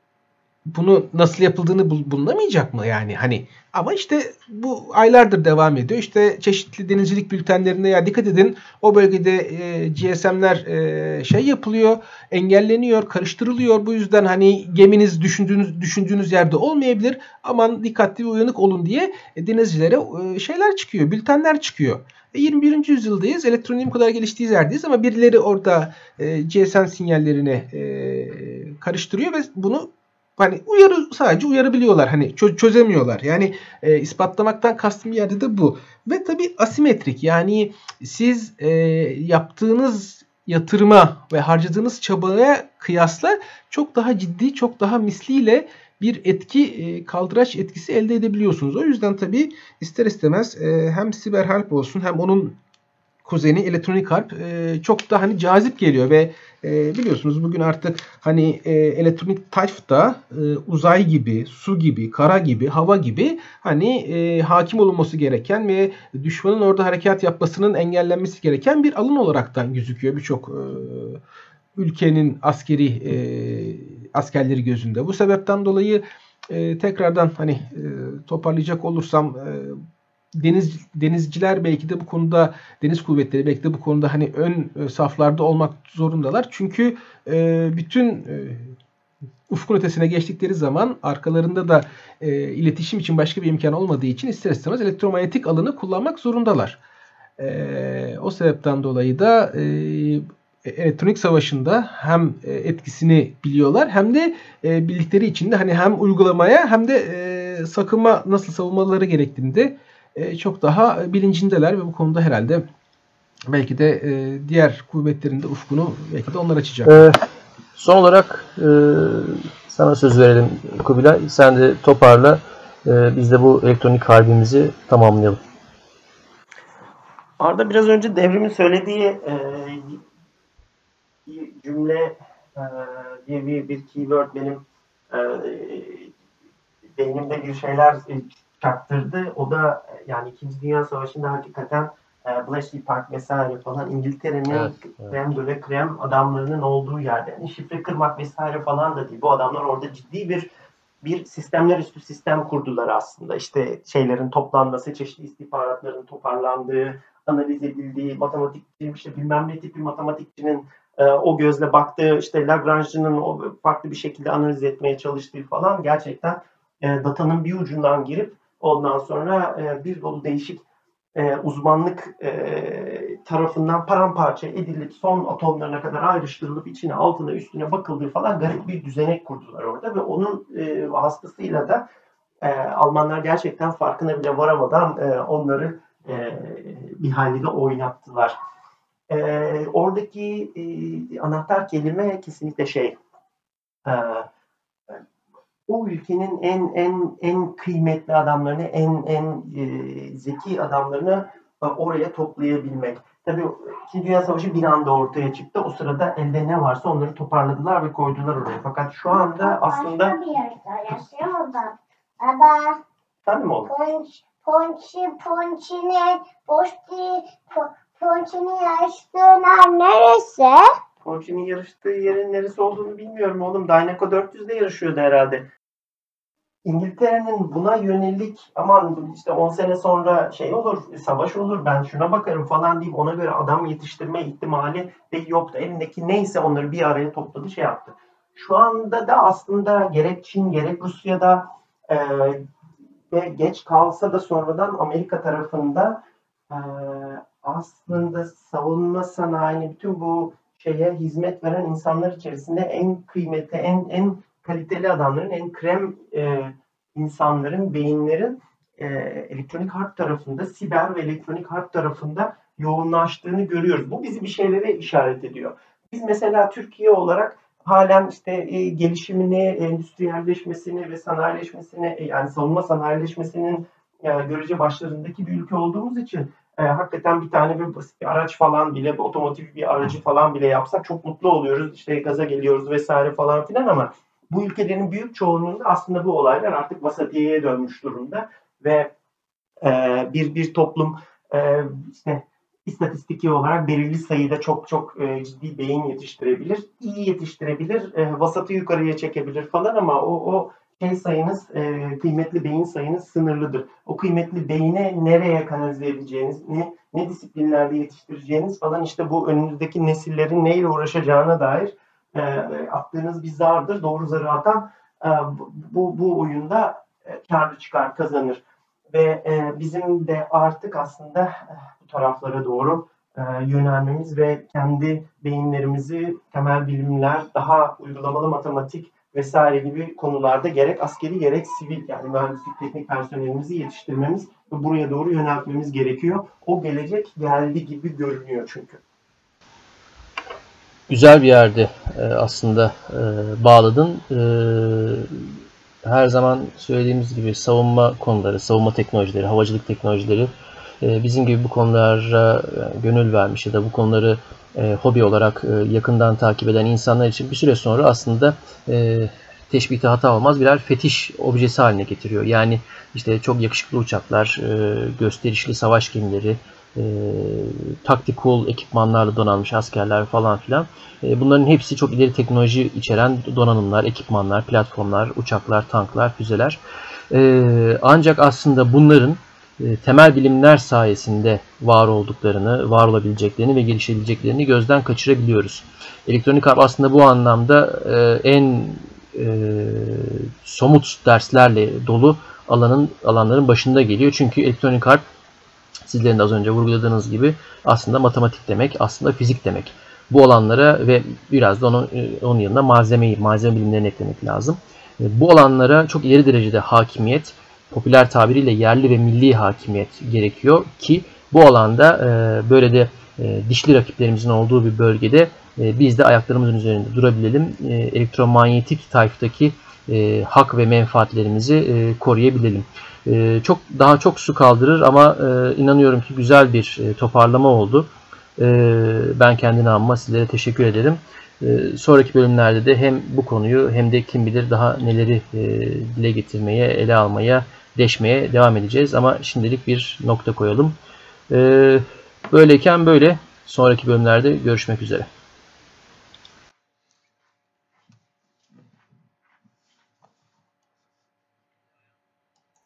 bunu nasıl yapıldığını bulunamayacak mı yani hani, ama işte bu aylardır devam ediyor. İşte çeşitli denizcilik bültenlerinde ya dikkat edin, o bölgede e, G S M'ler e, şey yapılıyor, engelleniyor, karıştırılıyor. Bu yüzden hani geminiz düşündüğünüz düşündüğünüz yerde olmayabilir. Aman dikkatli ve uyanık olun diye e, denizcilere e, şeyler çıkıyor, bültenler çıkıyor. E, yirmi birinci yüzyıldayız. Elektroniğin bu kadar geliştiği yerdeyiz ama birileri orada e, G S M sinyallerini e, karıştırıyor ve bunu hani uyarı, sadece uyarabiliyorlar. Hani çö- çözemiyorlar. Yani e, ispatlamaktan kastım yerde de bu. Ve tabii asimetrik. Yani siz e, yaptığınız yatırıma ve harcadığınız çabaya kıyasla çok daha ciddi, çok daha misliyle bir etki, e, kaldıraç etkisi elde edebiliyorsunuz. O yüzden tabii ister istemez e, hem siber harp olsun hem onun kuzeni elektronik harp e, çok da hani cazip geliyor ve e, biliyorsunuz bugün artık hani e, elektronik tarafta e, uzay gibi, su gibi, kara gibi, hava gibi hani e, hakim olunması gereken ve düşmanın orada harekat yapmasının engellenmesi gereken bir alan olaraktan gözüküyor birçok e, ülkenin askeri e, askerleri gözünde. Bu sebepten dolayı e, tekrardan hani e, toparlayacak olursam e, Deniz denizciler belki de bu konuda, deniz kuvvetleri belki de bu konuda hani ön saflarda olmak zorundalar. Çünkü e, bütün e, ufkun ötesine geçtikleri zaman arkalarında da e, iletişim için başka bir imkan olmadığı için ister istemez elektromanyetik alanı kullanmak zorundalar. E, o sebepten dolayı da e, elektronik savaşında hem etkisini biliyorlar hem de e, bildikleri için de hani hem uygulamaya hem de e, sakınma nasıl savunmaları gerektiğinde e, çok daha bilincindeler ve bu konuda herhalde belki de e, diğer kuvvetlerin de ufkunu belki de onlar açacak. Ee, son olarak e, sana söz verelim Kubilay. Sen de toparla. E, biz de bu elektronik harbimizi tamamlayalım. Arda biraz önce Devrim'in söylediği e, bir cümle e, diye bir, bir keyword benim e, beynimde bir şeyler çaktırdı. O da yani İkinci Dünya Savaşı'nda hakikaten e, Bletchley Park vesaire falan İngiltere'nin evet, evet. krem de ve krem adamlarının olduğu yerde. Yani şifre kırmak vesaire falan da değil. Bu adamlar orada ciddi bir bir sistemler üstü sistem kurdular aslında. İşte şeylerin toplanması, çeşitli istihbaratların toparlandığı, analiz edildiği, matematikçi, işte bilmem ne tipi matematikçinin e, o gözle baktığı, işte Lagrange'ın o farklı bir şekilde analiz etmeye çalıştığı falan gerçekten e, datanın bir ucundan girip ondan sonra e, bir dolu değişik e, uzmanlık e, tarafından paramparça edilip son atomlarına kadar ayrıştırılıp içine, altına, üstüne bakıldığı falan garip bir düzenek kurdular orada ve onun e, hastasıyla da e, Almanlar gerçekten farkına bile varamadan e, onları e, bir halde oynattılar. E, oradaki e, anahtar kelime kesinlikle şey e, o ülkenin en en en kıymetli adamlarını, en en e, zeki adamlarını e, oraya toplayabilmek. Tabii İkinci Dünya Savaşı bir anda ortaya çıktı. O sırada elde ne varsa onları toparladılar ve koydular oraya. Fakat şu anda aslında... Başka bir yerde yaşıyor da. Baba. Efendim oğlum? Ponç, ponçi, ponçini, poşti, ponçini yarıştığın yer neresi? Ponçi'nin yarıştığı yerin neresi olduğunu bilmiyorum oğlum. Dynaco dört yüzde yarışıyordu herhalde. İngiltere'nin buna yönelik aman işte on sene sonra şey olur, savaş olur, ben şuna bakarım falan deyip ona göre adam yetiştirme ihtimali de yoktu. Elindeki neyse onları bir araya topladı, şey yaptı. Şu anda da aslında gerek Çin gerek Rusya'da e, ve geç kalsa da sonradan Amerika tarafında e, aslında savunma sanayini bütün bu şeye hizmet veren insanlar içerisinde en kıymetli, en en kaliteli adamların, en krem e, insanların, beyinlerin e, elektronik harp tarafında, siber ve elektronik harp tarafında yoğunlaştığını görüyoruz. Bu bizi bir şeylere işaret ediyor. Biz mesela Türkiye olarak halen işte e, gelişimini, endüstriyelleşmesini ve sanayileşmesini, e, yani savunma sanayileşmesinin e, görece başlarındaki bir ülke olduğumuz için e, hakikaten bir tane bir basit bir araç falan bile, bir otomotiv bir aracı falan bile yapsak çok mutlu oluyoruz. İşte gaza geliyoruz vesaire falan filan ama bu ülkelerin büyük çoğunluğunda aslında bu olaylar artık vasatiyeye dönmüş durumda ve e, bir bir toplum e, işte istatistiki olarak belirli sayıda çok çok e, ciddi beyin yetiştirebilir, iyi yetiştirebilir, e, vasatı yukarıya çekebilir falan ama o o şey sayınız, e, kıymetli beyin sayınız sınırlıdır. O kıymetli beyine nereye kanalize edeceğiniz, ne, ne disiplinlerde yetiştireceğiniz falan işte bu önünüzdeki nesillerin neyle uğraşacağına dair e, attığınız bir zardır. Doğru zarı atan e, bu, bu oyunda e, kârlı çıkar, kazanır. Ve e, bizim de artık aslında e, bu taraflara doğru e, yönelmemiz ve kendi beyinlerimizi temel bilimler, daha uygulamalı matematik vesaire gibi konularda gerek askeri gerek sivil yani mühendislik teknik personelimizi yetiştirmemiz ve buraya doğru yöneltmemiz gerekiyor. O gelecek geldi gibi görünüyor çünkü. Güzel bir yerde aslında bağladın. Her zaman söylediğimiz gibi savunma konuları, savunma teknolojileri, havacılık teknolojileri bizim gibi bu konulara gönül vermiş ya da bu konuları hobi olarak yakından takip eden insanlar için bir süre sonra aslında teşbihte hata olmaz birer fetiş objesi haline getiriyor. Yani işte çok yakışıklı uçaklar, gösterişli savaş gemileri, E, tactical ekipmanlarla donanmış askerler falan filan. E, bunların hepsi çok ileri teknoloji içeren donanımlar, ekipmanlar, platformlar, uçaklar, tanklar, füzeler. E, ancak aslında bunların e, temel bilimler sayesinde var olduklarını, var olabileceklerini ve gelişebileceklerini gözden kaçırabiliyoruz. Elektronik harp aslında bu anlamda e, en e, somut derslerle dolu alanın alanların başında geliyor. Çünkü elektronik harp sizlerin de az önce vurguladığınız gibi aslında matematik demek, aslında fizik demek. Bu alanlara ve biraz da onun, onun yanına malzemeyi, malzeme bilimlerini eklemek lazım. Bu alanlara çok ileri derecede hakimiyet, popüler tabiriyle yerli ve milli hakimiyet gerekiyor ki bu alanda böyle de dişli rakiplerimizin olduğu bir bölgede biz de ayaklarımızın üzerinde durabilelim. Elektromanyetik tayftaki hak ve menfaatlerimizi koruyabilelim. Çok daha çok su kaldırır ama inanıyorum ki güzel bir toparlama oldu. Ben kendi namıma sizlere teşekkür ederim. Sonraki bölümlerde de hem bu konuyu hem de kim bilir daha neleri dile getirmeye, ele almaya, deşmeye devam edeceğiz. Ama şimdilik bir nokta koyalım. Böyleyken böyle. Sonraki bölümlerde görüşmek üzere.